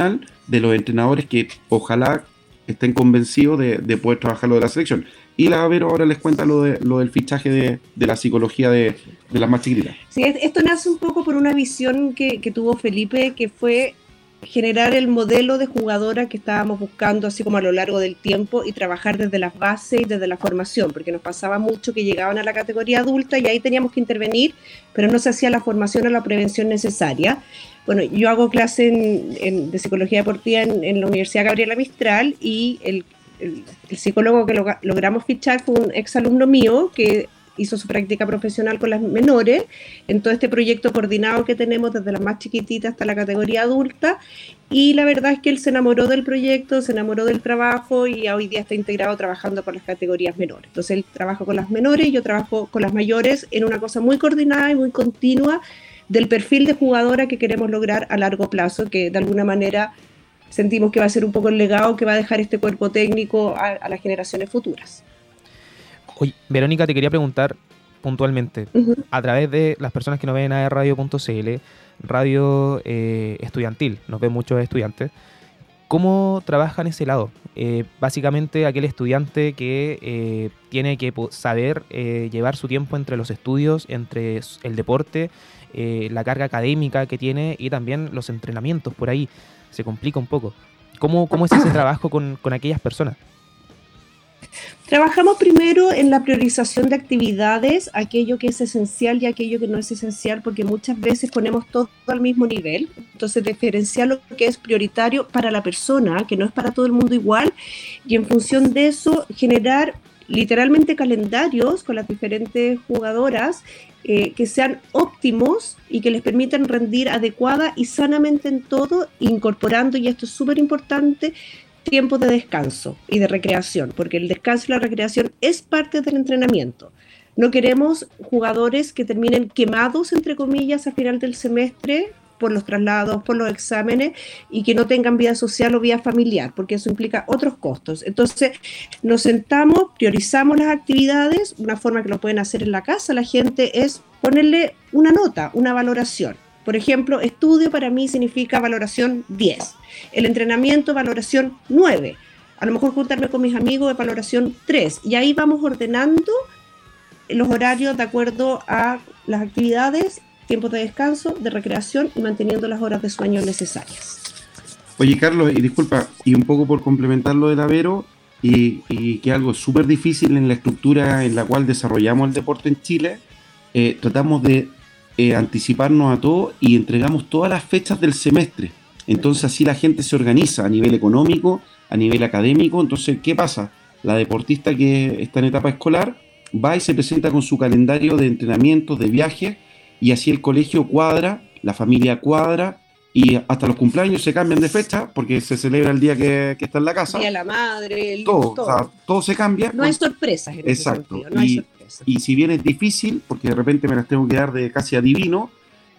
de los entrenadores que ojalá estén convencidos de poder trabajar lo de la selección. Y la Vero ahora les cuenta lo del fichaje de la psicología de las más chiquititas. Sí, esto nace un poco por una visión que tuvo Felipe, que fue generar el modelo de jugadora que estábamos buscando así como a lo largo del tiempo y trabajar desde las bases y desde la formación, porque nos pasaba mucho que llegaban a la categoría adulta y ahí teníamos que intervenir, pero no se hacía la formación o la prevención necesaria. Bueno, yo hago clase de psicología deportiva en la Universidad Gabriela Mistral y el psicólogo que logramos fichar fue un exalumno mío que hizo su práctica profesional con las menores en todo este proyecto coordinado que tenemos desde las más chiquititas hasta la categoría adulta, y la verdad es que él se enamoró del proyecto, se enamoró del trabajo y hoy día está integrado trabajando con las categorías menores. Entonces él trabaja con las menores y yo trabajo con las mayores en una cosa muy coordinada y muy continua del perfil de jugadora que queremos lograr a largo plazo, que de alguna manera sentimos que va a ser un poco el legado que va a dejar este cuerpo técnico a las generaciones futuras. Oye, Verónica, te quería preguntar puntualmente, a través de las personas que nos ven a radio.cl, radio estudiantil, nos ven muchos estudiantes, ¿cómo trabajan ese lado? Básicamente aquel estudiante que tiene que saber llevar su tiempo entre los estudios, entre el deporte, la carga académica que tiene y también los entrenamientos por ahí. Se complica un poco. ¿Cómo es ese trabajo con aquellas personas? Trabajamos primero en la priorización de actividades, aquello que es esencial y aquello que no es esencial, porque muchas veces ponemos todo al mismo nivel. Entonces, diferenciar lo que es prioritario para la persona, que no es para todo el mundo igual, y en función de eso generar literalmente calendarios con las diferentes jugadoras que sean óptimos y que les permitan rendir adecuada y sanamente en todo, incorporando, y esto es súper importante, tiempos de descanso y de recreación, porque el descanso y la recreación es parte del entrenamiento. No queremos jugadores que terminen quemados, entre comillas, a final del semestre por los traslados, por los exámenes, y que no tengan vida social o vida familiar, porque eso implica otros costos. Entonces, nos sentamos, priorizamos las actividades. Una forma que lo pueden hacer en la casa la gente es ponerle una nota, una valoración. Por ejemplo, estudio para mí significa valoración 10. El entrenamiento, valoración 9. A lo mejor juntarme con mis amigos de valoración 3. Y ahí vamos ordenando los horarios de acuerdo a las actividades, tiempos de descanso, de recreación y manteniendo las horas de sueño necesarias. Oye, Carlos, y disculpa, y un poco por complementar lo del Avero, y que algo súper difícil en la estructura en la cual desarrollamos el deporte en Chile, tratamos de anticiparnos a todo y entregamos todas las fechas del semestre. Entonces así la gente se organiza a nivel económico, a nivel académico. Entonces, ¿qué pasa? La deportista que está en etapa escolar va y se presenta con su calendario de entrenamientos, de viajes, y así el colegio cuadra, la familia cuadra, y hasta los cumpleaños se cambian de fecha porque se celebra el día que está en la casa. El día de la madre, todo. O sea, todo se cambia. No hay sorpresas en ese sentido. No hay sorpresas. Y si bien es difícil, porque de repente me las tengo que dar de casi adivino,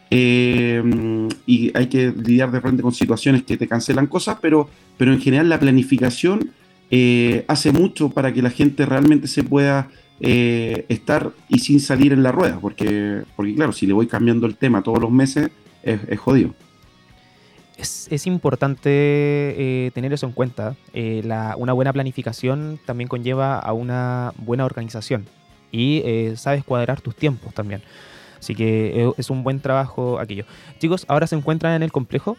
y hay que lidiar de frente con situaciones que te cancelan cosas, pero en general la planificación hace mucho para que la gente realmente se pueda estar y sin salir en la rueda, porque claro, si le voy cambiando el tema todos los meses, es jodido. Es importante tener eso en cuenta. Una buena planificación también conlleva a una buena organización y sabes cuadrar tus tiempos también. Así que es un buen trabajo aquello. Chicos, ¿ahora se encuentran en el complejo?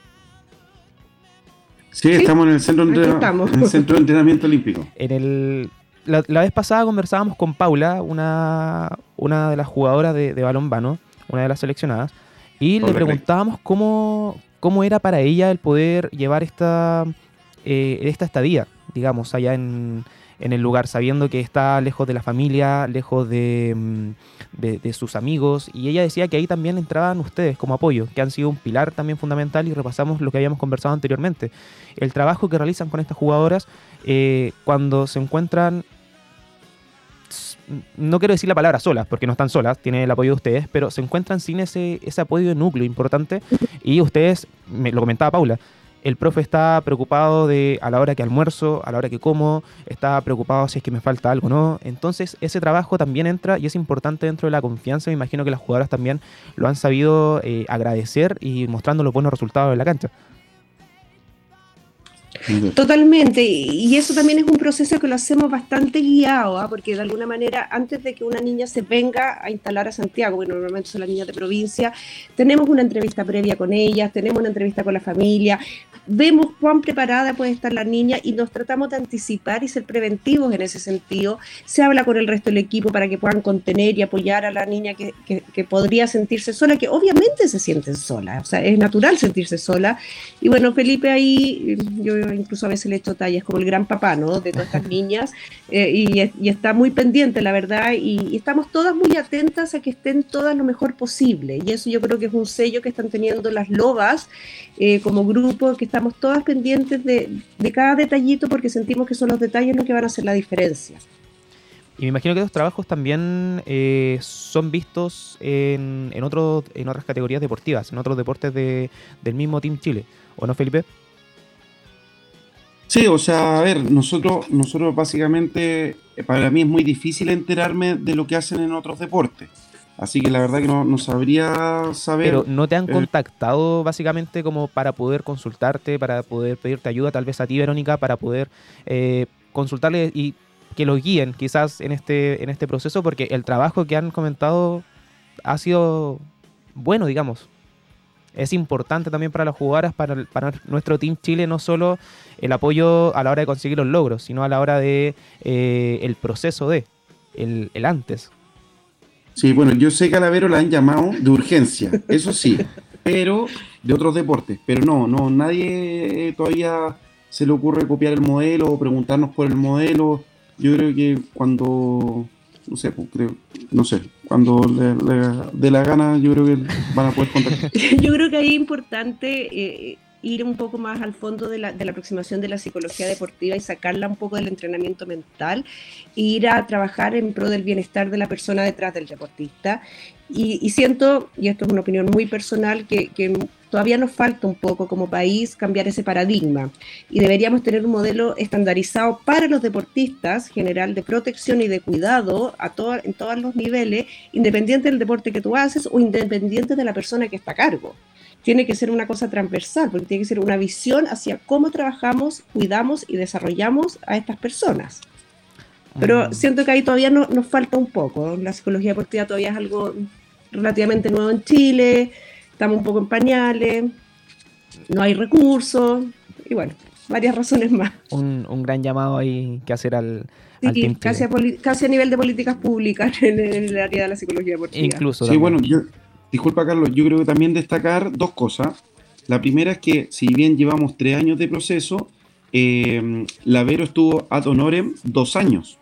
Sí, estamos en el centro de entrenamiento olímpico. La vez pasada conversábamos con Paula, una de las jugadoras de balonmano, una de las seleccionadas, y le preguntábamos cómo era para ella el poder llevar esta estadía, digamos, allá en el lugar, sabiendo que está lejos de la familia, lejos de sus amigos, y ella decía que ahí también entraban ustedes como apoyo, que han sido un pilar también fundamental, y repasamos lo que habíamos conversado anteriormente. El trabajo que realizan con estas jugadoras cuando se encuentran, no quiero decir la palabra solas, porque no están solas, tienen el apoyo de ustedes, pero se encuentran sin ese apoyo de núcleo importante, y ustedes, lo comentaba Paula, el profe está preocupado a la hora que almuerzo, a la hora que como, está preocupado si es que me falta algo, ¿no? Entonces ese trabajo también entra y es importante dentro de la confianza. Me imagino que las jugadoras también lo han sabido agradecer y mostrando los buenos resultados en la cancha. Totalmente, y eso también es un proceso que lo hacemos bastante guiado, ¿ah? Porque de alguna manera, antes de que una niña se venga a instalar a Santiago, porque normalmente son las niñas de provincia, tenemos una entrevista previa con ellas, tenemos una entrevista con la familia, vemos cuán preparada puede estar la niña y nos tratamos de anticipar y ser preventivos en ese sentido. Se habla con el resto del equipo para que puedan contener y apoyar a la niña que podría sentirse sola, que obviamente se sienten solas, o sea, es natural sentirse sola. Y bueno, Felipe ahí, yo incluso a veces le echo tallas como el gran papá, ¿no? De todas estas niñas, y está muy pendiente, la verdad, y estamos todas muy atentas a que estén todas lo mejor posible, y eso yo creo que es un sello que están teniendo las lobas como grupo, que estamos todas pendientes de cada detallito, porque sentimos que son los detalles los que van a hacer la diferencia. Y me imagino que estos trabajos también son vistos en otras categorías deportivas, en otros deportes del mismo Team Chile, ¿o no, Felipe? Sí, o sea, a ver, nosotros básicamente, para mí es muy difícil enterarme de lo que hacen en otros deportes. Así que la verdad que no sabría saber. Pero ¿no te han contactado básicamente como para poder consultarte, para poder pedirte ayuda, tal vez a ti, Verónica, para poder consultarle y que los guíen quizás en este proceso? Porque el trabajo que han comentado ha sido bueno, digamos. Es importante también para las jugadoras, para nuestro Team Chile, no solo el apoyo a la hora de conseguir los logros, sino a la hora de el proceso el antes. Sí, bueno, yo sé que a la Vero la han llamado de urgencia, eso sí, pero de otros deportes, pero no, nadie todavía se le ocurre copiar el modelo o preguntarnos por el modelo. Yo creo que cuando, cuando le dé la gana, yo creo que van a poder contactar. Yo creo que ahí es importante ir un poco más al fondo de la aproximación de la psicología deportiva y sacarla un poco del entrenamiento mental e ir a trabajar en pro del bienestar de la persona detrás del deportista. Y siento, y esto es una opinión muy personal, que todavía nos falta un poco como país cambiar ese paradigma y deberíamos tener un modelo estandarizado para los deportistas, general de protección y de cuidado en todos los niveles, independiente del deporte que tú haces o independiente de la persona que está a cargo. Tiene que ser una cosa transversal, porque tiene que ser una visión hacia cómo trabajamos, cuidamos y desarrollamos a estas personas. Pero siento que ahí todavía nos falta un poco. La psicología deportiva todavía es algo relativamente nuevo en Chile, estamos un poco en pañales, no hay recursos, y bueno, varias razones más. Un gran llamado ahí que hacer al Team Chile. Casi a nivel de políticas públicas en el área de la psicología deportiva. Incluso. Sí, también. bueno, disculpa Carlos, yo creo que también destacar dos cosas. La primera es que si bien llevamos 3 años de proceso, la Vero estuvo ad honorem 2 años.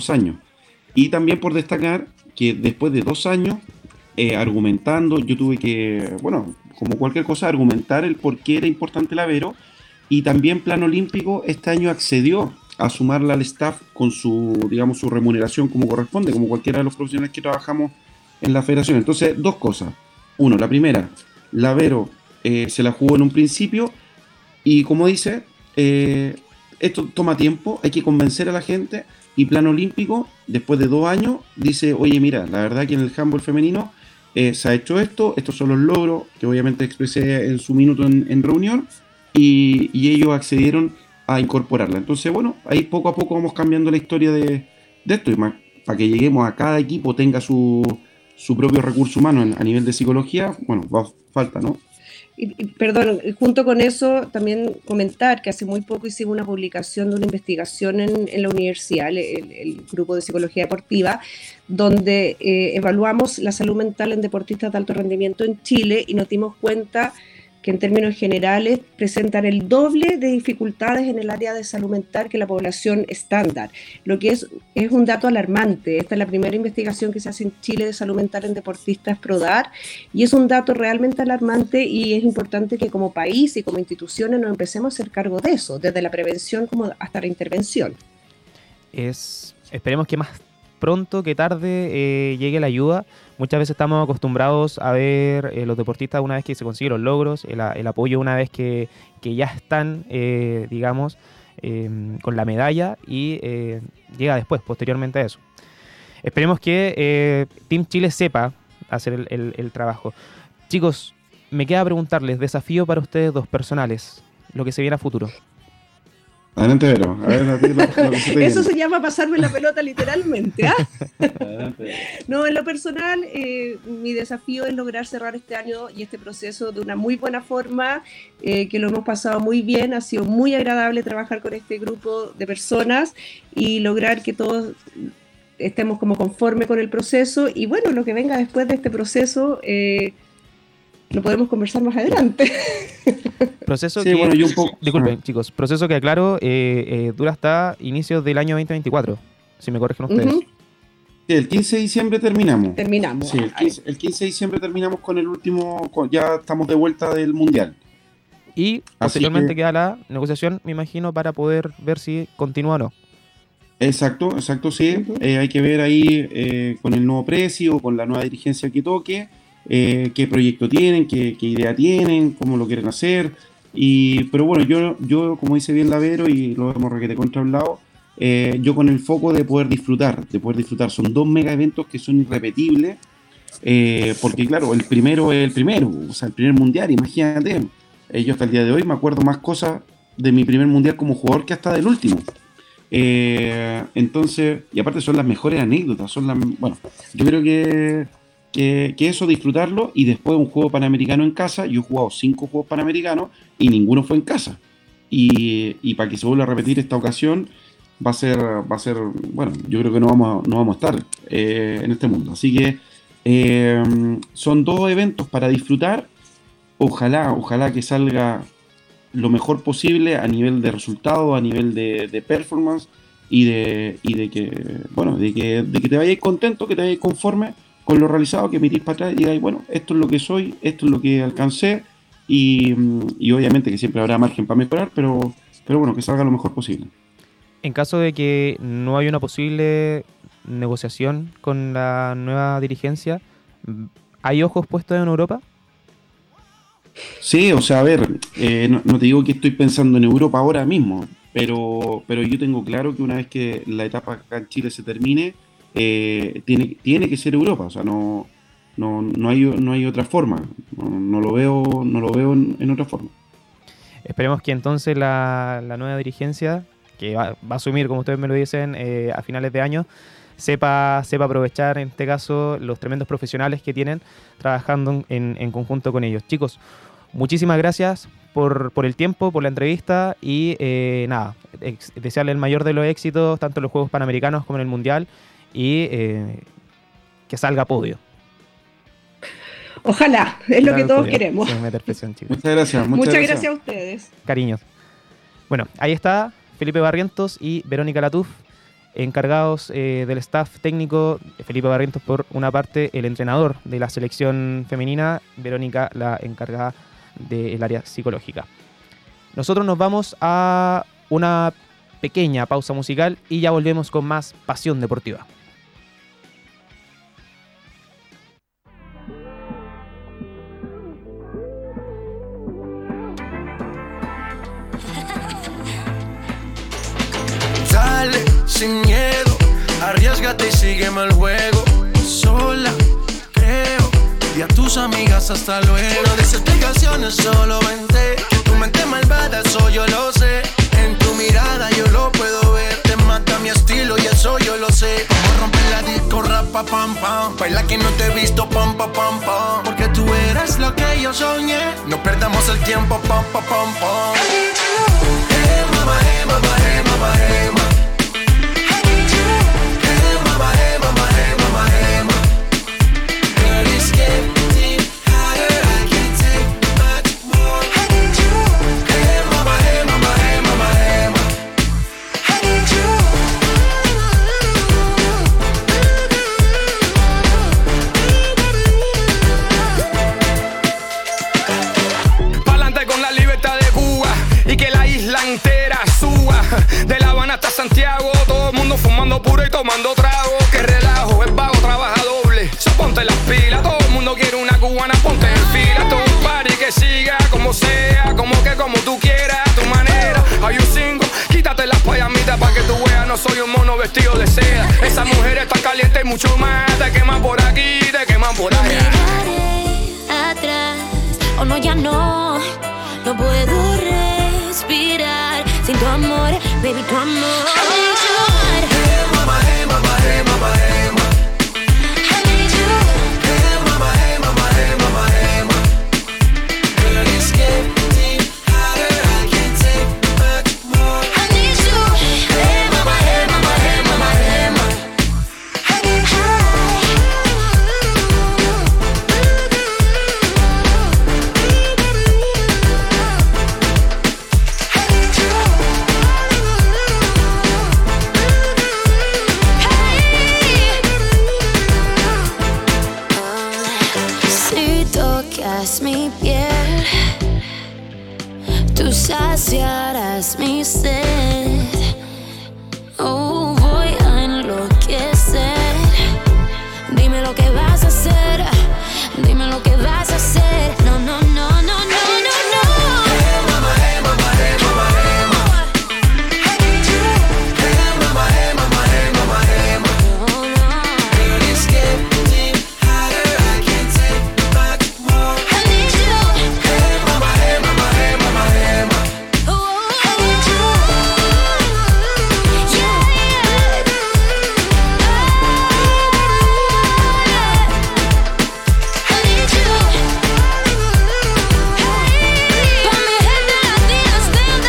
Y también por destacar que después de 2 años, argumentando, yo tuve que, bueno, como cualquier cosa, argumentar el por qué era importante la Vero, y también Plan Olímpico este año accedió a sumarla al staff con su, digamos, su remuneración como corresponde, como cualquiera de los profesionales que trabajamos en la federación. Entonces, dos cosas. Uno, la primera, la Vero se la jugó en un principio, y como dice, esto toma tiempo, hay que convencer a la gente, y Plan Olímpico, después de 2 años, dice, oye, mira, la verdad que en el handball femenino se ha hecho esto, estos son los logros, que obviamente expresé en su minuto en reunión, y ellos accedieron a incorporarla. Entonces, bueno, ahí poco a poco vamos cambiando la historia de esto, y más, para que lleguemos a cada equipo tenga su propio recurso humano a nivel de psicología, bueno, falta, ¿no? Perdón, junto con eso también comentar que hace muy poco hicimos una publicación de una investigación en la universidad, el grupo de psicología deportiva, donde evaluamos la salud mental en deportistas de alto rendimiento en Chile y nos dimos cuenta que en términos generales presentan el doble de dificultades en el área de salud mental que la población estándar, lo que es un dato alarmante. Esta es la primera investigación que se hace en Chile de salud mental en deportistas PRODAR, y es un dato realmente alarmante, y es importante que como país y como instituciones nos empecemos a hacer cargo de eso, desde la prevención como hasta la intervención. Esperemos que más pronto que tarde llegue la ayuda. Muchas veces estamos acostumbrados a ver los deportistas una vez que se consiguen los logros, el apoyo una vez que ya están, digamos, con la medalla, y llega después, posteriormente a eso. Esperemos que Team Chile sepa hacer el trabajo. Chicos, me queda preguntarles, desafío para ustedes dos personales, lo que se viene a futuro. Adelante, Vero. A ver, a ti lo que se te Eso viene. se llama pasarme la pelota literalmente, ¿ah? Adelante, Vero. No, en lo personal, mi desafío es lograr cerrar este año y este proceso de una muy buena forma, que lo hemos pasado muy bien, ha sido muy agradable trabajar con este grupo de personas y lograr que todos estemos como conforme con el proceso y bueno, lo que venga después de este proceso lo podemos conversar más adelante. Proceso Sí, que, bueno, yo un poco. disculpen, chicos, proceso que aclaro, dura hasta inicios del año 2024, si me corrigen ustedes. Ujú. Sí, el 15 de diciembre terminamos. Terminamos. Sí, el 15 de diciembre terminamos con el último. Ya estamos de vuelta del Mundial. Y posteriormente queda la negociación, me imagino, para poder ver si continúa o no. Exacto, sí. Ujú. Hay que ver ahí con el nuevo precio, con la nueva dirigencia que toque, qué proyecto tienen, qué idea tienen, cómo lo quieren hacer. Pero bueno, yo como dice bien Lavero y lo hemos requete contra un lado, yo con el foco de poder disfrutar. Son 2 mega eventos que son irrepetibles, porque claro, el primero es el primero, o sea, el primer mundial, imagínate. Yo hasta el día de hoy me acuerdo más cosas de mi primer mundial como jugador que hasta del último. Entonces, y aparte son las mejores anécdotas, bueno, yo creo que eso, disfrutarlo, y después un juego panamericano en casa. Yo he jugado 5 juegos panamericanos y ninguno fue en casa. Y para que se vuelva a repetir esta ocasión, va a ser, bueno, yo creo que no vamos a estar en este mundo. Así que son 2 eventos para disfrutar. Ojalá que salga lo mejor posible a nivel de resultado, a nivel de performance, y de que te vayas contento, que te vayas conforme con lo realizado, que mirís para atrás y digáis, bueno, esto es lo que soy, esto es lo que alcancé, y obviamente que siempre habrá margen para mejorar, pero bueno, que salga lo mejor posible. En caso de que no haya una posible negociación con la nueva dirigencia, ¿hay ojos puestos en Europa? Sí, o sea, a ver, no te digo que estoy pensando en Europa ahora mismo, pero yo tengo claro que una vez que la etapa acá en Chile se termine, tiene que ser Europa. O sea, no hay otra forma. No lo veo en otra forma. Esperemos que entonces la nueva dirigencia, que va a asumir, como ustedes me lo dicen, a finales de año, sepa aprovechar en este caso los tremendos profesionales que tienen trabajando en conjunto con ellos. Chicos, muchísimas gracias por el tiempo, por la entrevista, y desearle el mayor de los éxitos tanto en los Juegos Panamericanos como en el Mundial, y que salga podio. Ojalá, es lo que todos Podio. queremos. Sin meter presión, chicos. Muchas gracias. Muchas gracias a ustedes. Cariños. Bueno, ahí está Felipe Barrientos y Verónica Latuf, encargados del staff técnico. Felipe Barrientos por una parte, el entrenador de la selección femenina, Verónica la encargada del área psicológica. Nosotros nos vamos a una pequeña pausa musical y ya volvemos con más Pasión Deportiva. Dale, sin miedo, arriésgate y sígueme el juego. Sola, creo, y a tus amigas hasta luego. No des explicaciones, solo vente. Que tu mente malvada, eso yo lo sé. En tu mirada yo lo puedo ver. Te mata mi estilo y eso yo lo sé. Como romper la disco, rapa, pam, pam. Baila que no te he visto, pam, pam, pam, pam. Porque tú eres lo que yo soñé. No perdamos el tiempo, pam, pam, pam, pam. Mama, mama, mama, mama. De La Habana hasta Santiago, todo el mundo fumando puro y tomando trago. Que relajo, el vago trabaja doble. So ponte las pilas, todo el mundo quiere una cubana, ponte en fila. Todo un party que siga como sea, como tú quieras, a tu manera. Hay un single, quítate las payamitas pa' que tú veas, no soy un mono vestido de seda. Esa mujer está caliente y mucho más, te queman por aquí, te queman por allá. Miraré atrás, oh no, ya no puedo respirar sin tu amor. Baby, come on. I need you. Hey mama, hey mama, hey mama, hey mama. I need you. Hey mama, hey mama, hey mama, hey mama. Girl, it's getting hotter, I can't take much more. I need you. Hey mama, hey mama, hey mama, hey mama. I need you. Si tocas mi piel, tú saciarás mi sed. Oh, voy a enloquecer. Dime lo que vas a hacer. Dime lo que vas a hacer. No, no, no, no, no, no, no. Hey mama, hey mama, hey mama, hey mama. I need you. Hey mama, hey mama, hey mama, hey mama. Oh, no. Girl, it's getting hotter, I can't take much more. I need you. Hey mama, hey mama, hey mama, hey mama. Oh, I need you. Yeah, yeah. I need you. Pa' mi gente latina, stand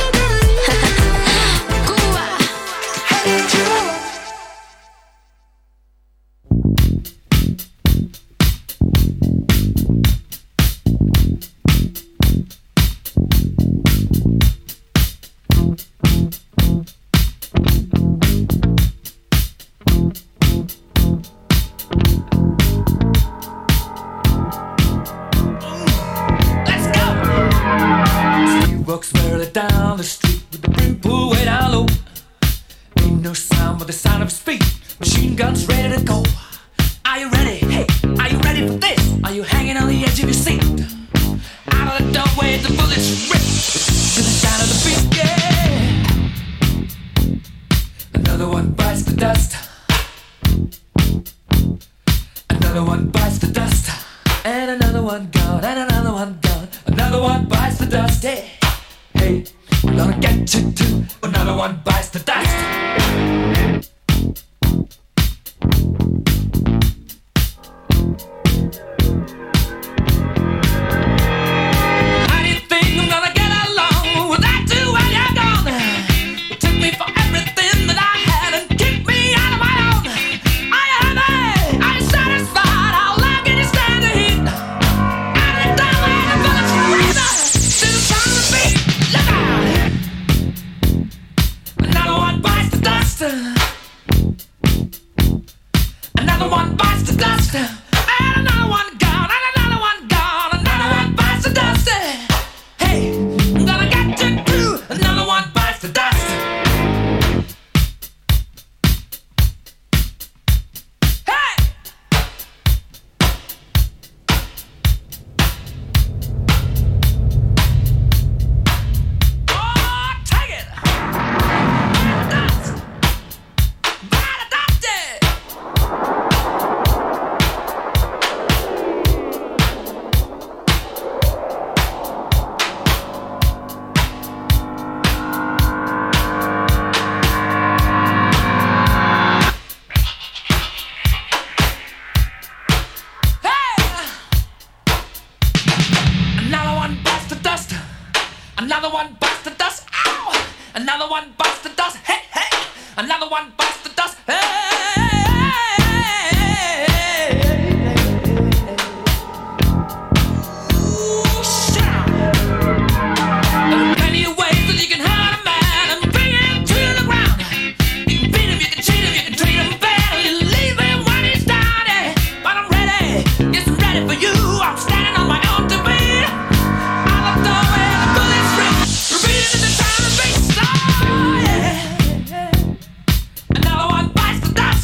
up. Cuba. I need you. Let's go! He walks further down the street with the brim pulled way down low. Ain't no sound but the sound of his feet. Machine guns ready to go. Are you ready? Hey, are you ready for this? Are you hanging on the edge of your seat? Out of the doorway, the bullets rip to the sound of the beat. Yeah. Another one bites the dust. Another one bites the dust. And another one gone, and another one gone. Another one bites the dust. Hey, hey, we're gonna get you too. Another one bites the dust. How do you think I'm gonna get along without you when you're gone? You took me for everything that I had and kicked me out of my own. Are you happy? Are you satisfied? How long can you stand the heat? Out of the doorway, the bullets rip to the sound of the beat. Look out! Another one bites the dust. Another one bites the dust. And another one gone, and another one gone. Another one bites the dust. Hey, I'm gonna get you too. Another one bites the dust. Hey! Oh, take it! Dust! Bite the dust, yeah! Hey! Another one bites the dust. Another one bites the dust. Ow! Another one bites the dust. Hey, hey! Another one bites the dust. Hey! Ooh, shout! There are plenty of ways that you can hurt a man and bring him to the ground. You can beat him, you can cheat him, you can treat him bad, you leave him when he's down. But I'm ready, yes I'm ready for you. I'm standing on my own two feet. Out the doorway, the bullets rip, repeating in the sound of beats. Oh yeah. Another one bites the dust.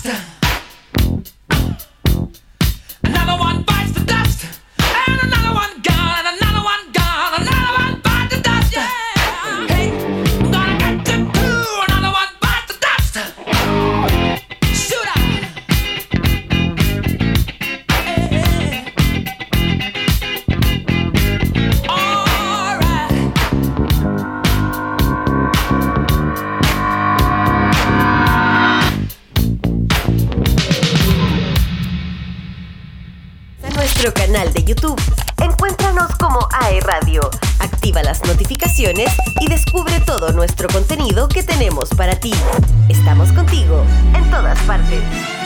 nuestro canal de YouTube. Encuéntranos como AE Radio. Activa las notificaciones y descubre todo nuestro contenido que tenemos para ti. Estamos contigo en todas partes.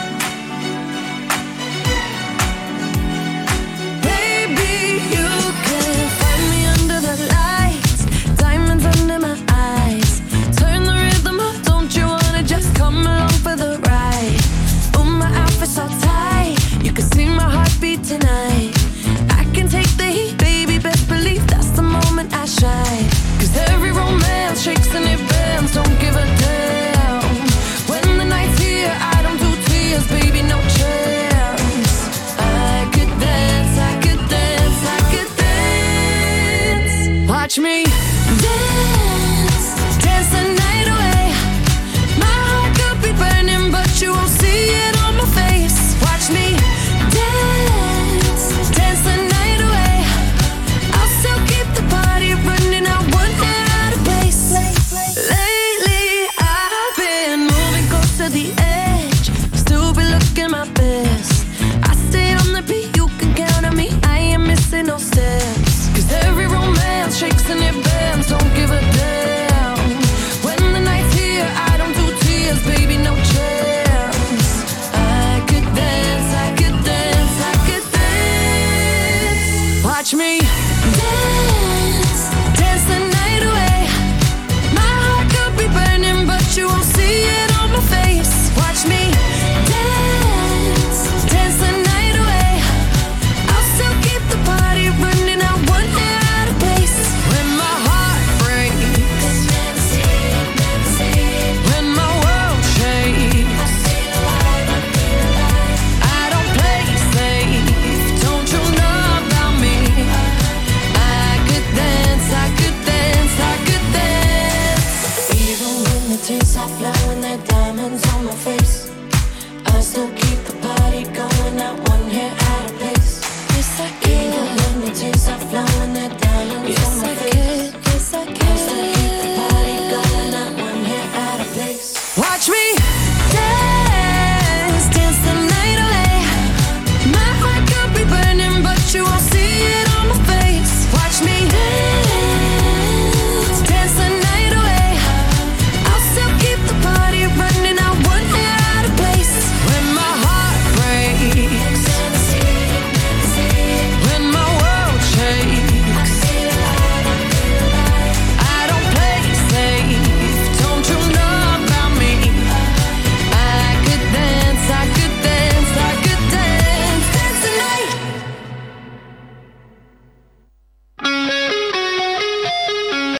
Baby, you can find me under the lights, diamonds under my eyes. Turn the rhythm up, don't you wanna just come along for the ride? Oh, my outfit's so tight, you can see my heartbeat tonight. I can take the heat, baby, best believe that's the moment I shine. 'Cause every romance shakes and it bends, don't give a damn. When the night's here, I don't do tears, baby, no chance. I could dance, I could dance, I could dance. Watch me dance, dance the night away. My heart could be burning, but you won't see it on my face. Watch me dance, dance the night away. I'll still keep the party running, I won't get out of place. Lately, I've been moving close to the edge, still be looking my best. I stay on the beat, you can count on me, I ain't missing no steps. 'Cause every romance shakes and it bends, don't give a damn. When the night's here, I don't do tears, baby, no chance. I could dance, I could dance, I could dance. Watch me dance, dance the night away. My heart could be burning, but you won't see it on my face. Watch me dance, dance the night away. I'll still keep the party running, I won't get out of place. When my heart breaks, when my world shakes, I don't play safe, don't you know about me? I could dance, I could dance, I could dance. Even when the tears are flowing, they're diamonds on my face, I still keep